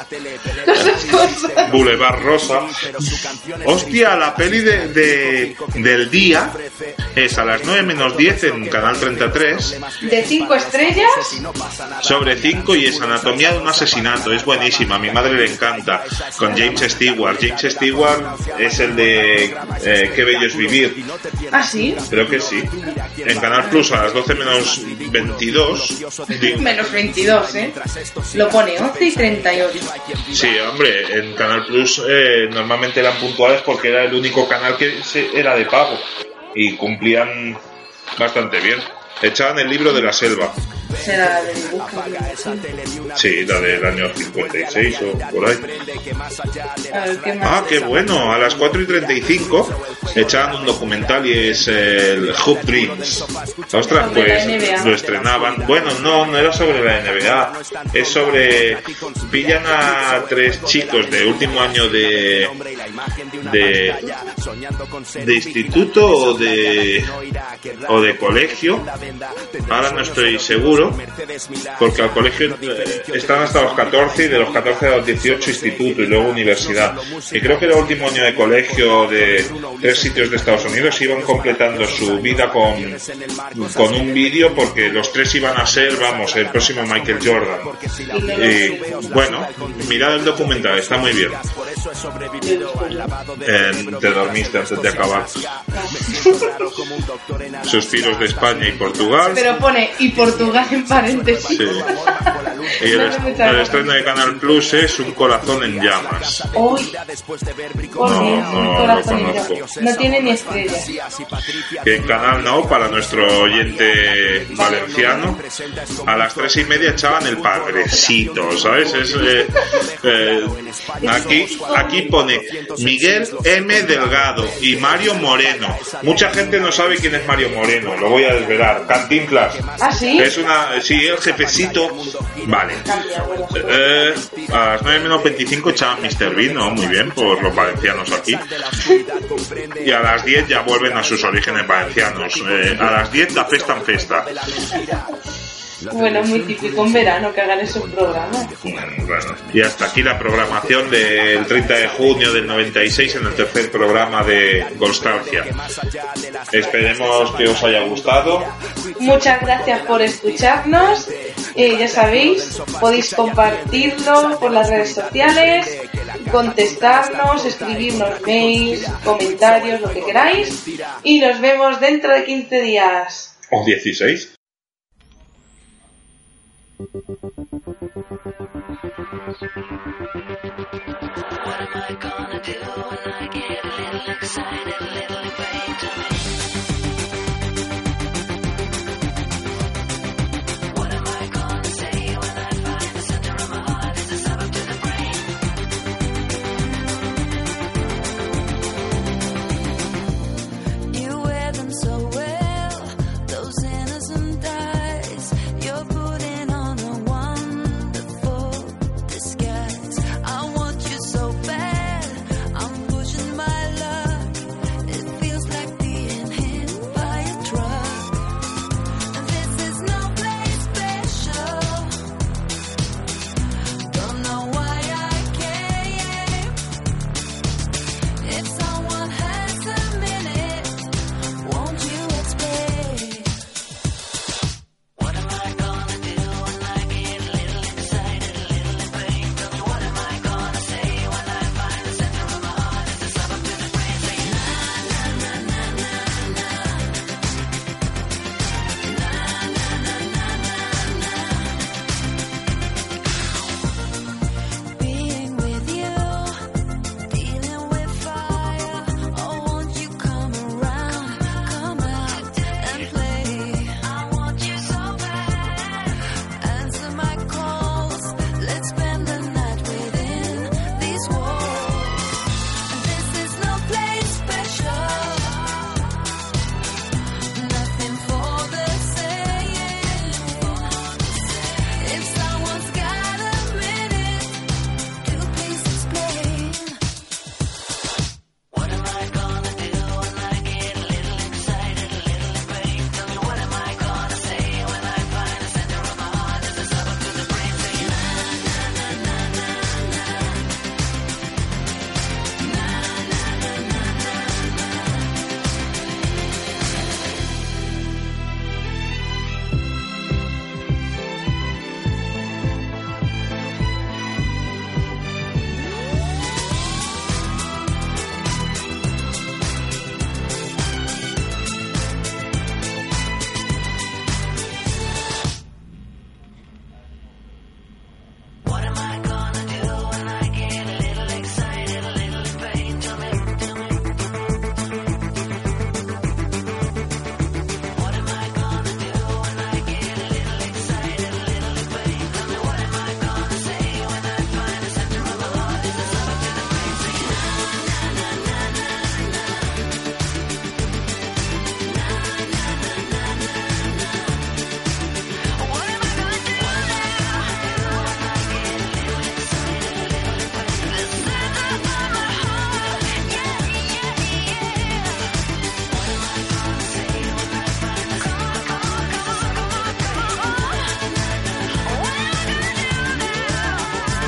Boulevard Rosa. Hostia, la peli del día es a las 9 menos 10 en Canal 33. ¿De 5 estrellas? Sobre 5 y es Anatomía de un asesinato. Es buenísima, a mi madre le encanta. Con James Stewart. James Stewart es el de Qué bello es vivir. ¿Ah, sí? Creo que sí. En Canal Plus a las 12 menos 22. Menos 22, ¿eh? Lo pone 11 y 38. Sí, hombre, en Canal Plus normalmente eran puntuales porque era el único canal que era de pago y cumplían bastante bien. Echaban el libro de la selva. Será la de dibujo. Sí, la del año 56 o por ahí. A ver, ¿qué más? Qué bueno. A las 4 y 35 echaban un documental y es el Hoop Dreams. Ostras, pues lo estrenaban. Bueno, no era sobre la NBA. Es sobre... Pillan a 3 chicos de último año de instituto o de colegio. Ahora no estoy seguro, porque al colegio están hasta los 14 y de los 14 a los 18 instituto y luego universidad. Y creo que era el último año de colegio de 3 sitios de Estados Unidos. Iban completando su vida con un vídeo, porque los 3 iban a ser, el próximo Michael Jordan. Y bueno, mirad el documental, está muy bien. Te dormiste antes de acabar. Suspiros de España y Portugal. Pero pone y Portugal en paréntesis. Sí. Y el estreno de Canal Plus es Un corazón en llamas. Uy. No lo conozco. No tiene ni estrella. Que en Canal Now, para nuestro oyente valenciano, a las 3:30 echaban El Padrecito, ¿sabes? Aquí pone Miguel M. Delgado y Mario Moreno. Mucha gente no sabe quién es Mario Moreno, lo voy a desvelar. Cantinflas. ¿Ah, sí? Sí, el jefecito. Vale. A las 9 menos 25 echaban Mr. Bean, ¿no? Muy bien, por los valencianos aquí. Y a las 10 ya vuelven a sus orígenes valencianos. A las 10 la festa en festa. Bueno, muy típico en verano que hagan esos programas. Bueno, y hasta aquí la programación del 30 de junio del 96 en el tercer programa de Nostalgia. Esperemos que os haya gustado. Muchas gracias por escucharnos Ya sabéis, podéis compartirlo por las redes sociales, contestarnos, escribirnos mails, comentarios, lo que queráis, y nos vemos dentro de 15 días. ¿O 16?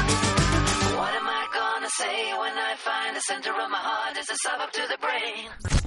Center of my heart is a suburb to the brain.